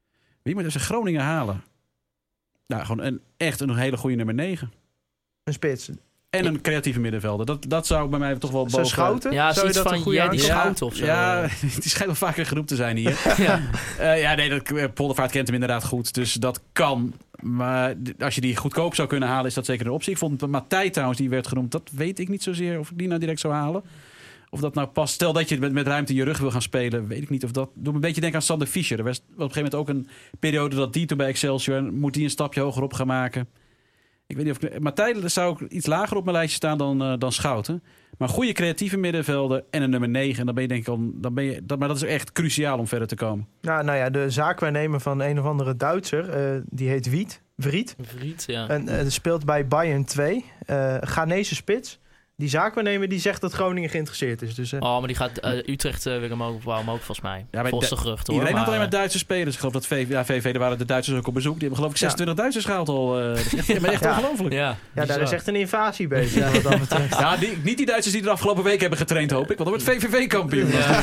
Wie moet dus Groningen halen? Nou, gewoon een, echt een hele goede nummer negen. Een spits. En een creatieve middenvelder. Dat, dat zou bij mij toch wel boven... Zo Schouten? Ja, zou je zoiets dat een van goede ja, die aankoop- Schouten of zo. Ja, die schijnt wel vaker genoemd te zijn hier. ja. Uh, ja, nee, dat, uh, Poldervaart kent hem inderdaad goed. Dus dat kan. Maar d- als je die goedkoop zou kunnen halen, is dat zeker een optie. Ik vond Matthij trouwens, die werd genoemd. Dat weet ik niet zozeer of ik die nou direct zou halen. Of dat nou past. Stel dat je met, met ruimte in je rug wil gaan spelen. Weet ik niet of dat... Doe me een beetje denken aan Sander Fischer. Er was op een gegeven moment ook een periode dat die toen bij Excelsior... moet die een stapje hoger op gaan maken. Ik weet niet of ik... Matthij zou ook iets lager op mijn lijstje staan dan, uh, dan Schouten. Maar goede creatieve middenvelder en een nummer negen. En dan ben je denk ik al... Dan ben je, dat, maar dat is echt cruciaal om verder te komen. Nou, nou ja, de zaakwaarnemer van een of andere Duitser, uh, die heet Wiet, Vriet. Vriet, ja. En uh, speelt bij Bayern twee. Uh, Ghanese spits. Die zaakwaarnemer die zegt dat Groningen geïnteresseerd is. Dus, uh, Oh, maar die gaat uh, Utrecht uh, weer omhoog, wou hem ook volgens mij. Ja, volgens de gerucht hoor. Iedereen maar, had alleen maar uh, Duitse spelers. Ik geloof dat V V, ja, V V, daar waren de Duitsers ook op bezoek. Die hebben geloof ik zesentwintig Ja. Duitsers gehaald al. Uh, dat is echt, maar echt Ja. ongelooflijk. Ja, Ja, ja, daar bizar. is echt een invasie bezig. Wat dat betreft. die, niet die Duitsers die er de afgelopen week hebben getraind, hoop ik. Want dan wordt V V V kampioen. Ja.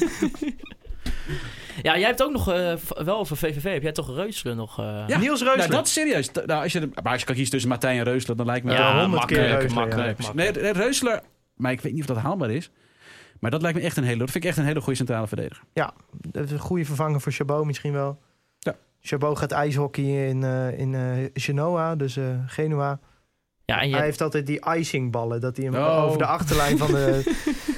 Ja, jij hebt ook nog, uh, v- wel over V V V, heb jij toch Reuselen nog? Uh... Ja. Niels Reusler. Nou, dat is serieus. T- Nou, als je, de- maar als je kan kiezen tussen Martijn en Reusler, dan lijkt me Ja, wel honderd keer makkelijk, Reusler, makkelijk, ja. makkelijk. Nee, Reusler, maar ik weet niet of dat haalbaar is. Maar dat lijkt me echt een hele, dat vind ik echt een hele goede centrale verdediger. Ja, dat is een goede vervanger voor Chabot misschien wel. Ja. Chabot gaat ijshockey in, uh, in uh, Genoa, dus uh, Genua. Ja, en je... Hij heeft altijd die icingballen, dat hij hem Oh. over de achterlijn van de...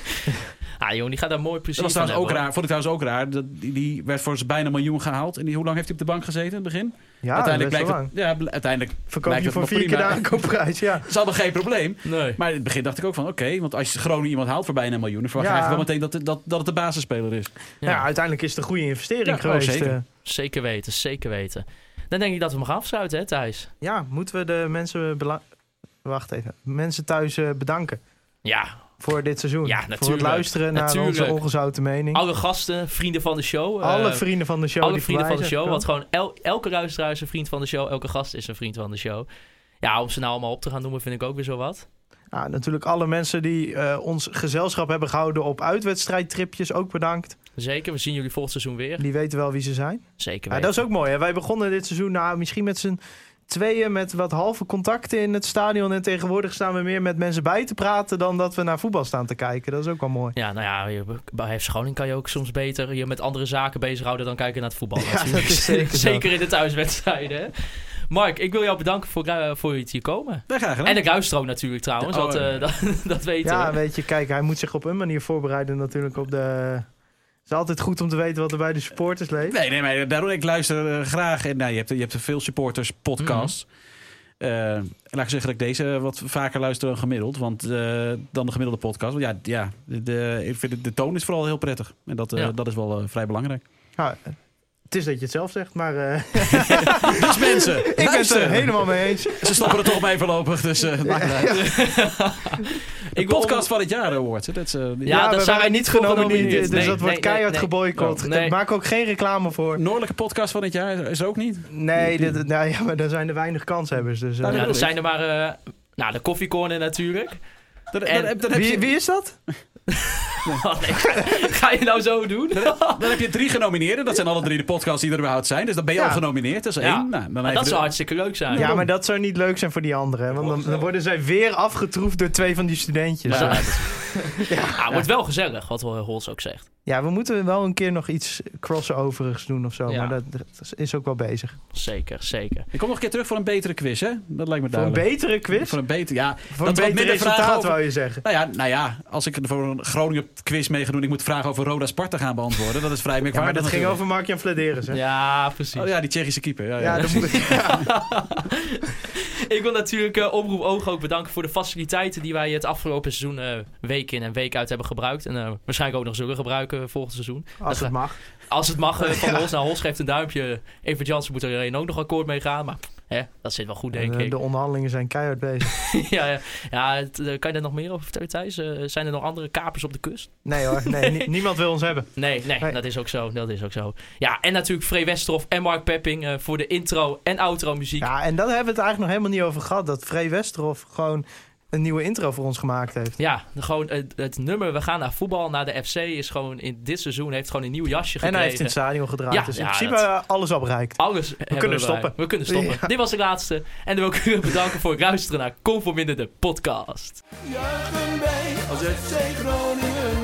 Ah, jongen, die gaat daar mooi precies Dat was van trouwens ook hebben, raar. Vond ik trouwens ook raar. Dat, die, die werd voor bijna een miljoen gehaald. En die, hoe lang heeft hij op de bank gezeten in het begin? Ja, uiteindelijk best wel blijkt lang. het, ja, bl- uiteindelijk Verkoop blijkt je het voor nog vier keer de prima. aankoopprijs, ja. Dat is allemaal geen probleem. hoor. Nee. Maar in het begin dacht ik ook van, oké, okay, want als je Groningen iemand haalt voor bijna een miljoen, dan verwacht je Ja. eigenlijk wel meteen dat, dat, dat het de basisspeler is. Ja. Ja, uiteindelijk is het een goede investering Ja, oh, geweest. zeker. uh. zeker weten, zeker weten. Dan denk ik dat we hem gaan afsluiten, hè Thijs? Ja, moeten we de mensen... Bela- Wacht even. Mensen thuis uh, bedanken Ja, voor dit seizoen. Ja, voor het natuurlijk. luisteren naar Natuurlijk. onze ongezouten mening. alle gasten, vrienden van de show. Alle uh, vrienden van de show. alle die vrienden van de voorbij show. zijn Want gewoon el- elke luisteraar is een vriend van de show. Elke gast is een vriend van de show. Ja, om ze nou allemaal op te gaan noemen vind ik ook weer zo wat. Ja, natuurlijk alle mensen die uh, ons gezelschap hebben gehouden op uitwedstrijdtripjes. Ook bedankt. Zeker, we zien jullie volgend seizoen weer. Die weten wel wie ze zijn. Zeker Ja, weten. dat is ook mooi. Hè? Wij begonnen dit seizoen nou, misschien met z'n tweeën met wat halve contacten in het stadion. En tegenwoordig staan we meer met mensen bij te praten dan dat we naar voetbal staan te kijken. Dat is ook wel mooi. Ja, nou ja, je- bij F C Groningen kan je ook soms beter je met andere zaken bezighouden dan kijken naar het voetbal. Ja, natuurlijk. dat is zeker zo. Zeker in de thuiswedstrijden. Hè? Mark, ik wil jou bedanken voor, uh, voor het hier komen. Ja, graag gedaan. En de Ruistroom natuurlijk trouwens, Oh, dat, uh, ja. dat, dat weten Ja, we. weet je, kijk, hij moet zich op een manier voorbereiden natuurlijk op de... Het is altijd goed om te weten wat er bij de supporters leeft. Nee, nee, maar daarom ik luister uh, graag. En, nou, je hebt, je hebt veel supporters podcasts. Mhm. Uh, laat ik zeggen dat ik deze wat vaker luister dan gemiddeld. Want, uh, dan de gemiddelde podcast. Want ja, ja de, de, ik vind het, de toon is vooral heel prettig. En dat, uh, Ja. dat is wel uh, vrij belangrijk. Ja, het is dat je het zelf zegt, maar uh, Dus mensen, ik ben het luister. er helemaal mee eens. Ze stoppen er toch mee voorlopig. Dus uh, het maakt niet uit. De Ik wil podcast van het jaar award. hè. Dat is, uh, die- Ja, daar we zijn wij waren niet voor genomineerd. Dus Nee, dat wordt nee, keihard nee, geboycott. nee. Daar Nee. maak ik ook geen reclame voor. Noordelijke podcast van het jaar is er ook niet. Nee, dit, nou ja, maar dan zijn er weinig kanshebbers. Dus, uh, Nou, Ja, dat er zijn er maar... uh, nou, de koffiecorner natuurlijk. Dan, En- dan, dan, heb wie, je, wie is dat? Oh, nee. Ga je nou zo doen? dan heb je drie genomineerden. Dat zijn alle drie de podcasts die er überhaupt zijn. Dus dan ben je Ja. al genomineerd. Dat is Ja. één. Nou, dan Maar even dat de- zou hartstikke leuk zijn. Ja, maar dat zou niet leuk zijn voor die anderen. Hè? Want dan, dan worden zij weer afgetroefd door twee van die studentjes. Maar Ja, dat- ja, het wordt wel gezellig, wat Hols ook zegt. ja, we moeten wel een keer nog iets crossoverigs doen of zo. Ja. Maar dat, dat is ook wel bezig. Zeker, zeker. Ik kom nog een keer terug voor een betere quiz, hè? Dat lijkt me Voor een duidelijk. betere quiz? Voor een beter, ja. Voor dat een we beter wat minder vragen resultaat, over- wou je zeggen. Nou ja, nou ja, als ik voor een Groningen quiz mee ga doen... ik moet vragen over Roda Sparta gaan beantwoorden. Dat is vrij Ja, merkwaardig. maar dat ging natuurlijk. over Mark-Jan Flederis, hè? Ja, precies. Oh ja, die Tsjechische keeper. Ja, ja. Ja, dat moet ik... Ik wil natuurlijk uh, Omroep Oog ook bedanken voor de faciliteiten die wij het afgelopen seizoen uh, week in en week uit hebben gebruikt. En uh, waarschijnlijk ook nog zullen gebruiken volgend seizoen. Als het mag. Als het mag uh, van Ja. Hols. Nou, Hols geeft een duimpje. Evert Jansen moet er alleen ook nog akkoord mee gaan. Maar hè, dat zit wel goed, denk En, uh, ik. de onderhandelingen zijn keihard bezig. ja, ja. ja het, uh, kan je daar nog meer over vertellen, Thijs? Uh, zijn er nog andere kapers op de kust? Nee hoor, nee, nie- niemand wil ons hebben. Nee, nee, Nee. dat is ook zo. Dat is ook zo. Ja, en natuurlijk Free Westerhof en Mark Pepping uh, voor de intro en outro muziek. Ja, en daar hebben we het eigenlijk nog helemaal niet over gehad. Dat Free Westerhof gewoon een nieuwe intro voor ons gemaakt heeft. Ja, gewoon het, het nummer We gaan naar voetbal, naar de F C is gewoon in dit seizoen heeft gewoon een nieuw jasje gekregen. En hij heeft in het stadion gedraaid. Ja, dus in ja, principe dat- alles al bereikt. Alles We kunnen stoppen. We kunnen stoppen. Ja. Dit was de laatste. En dan wil ik u bedanken voor het luisteren naar Conforminder de podcast. Juichen wij als F C Groningen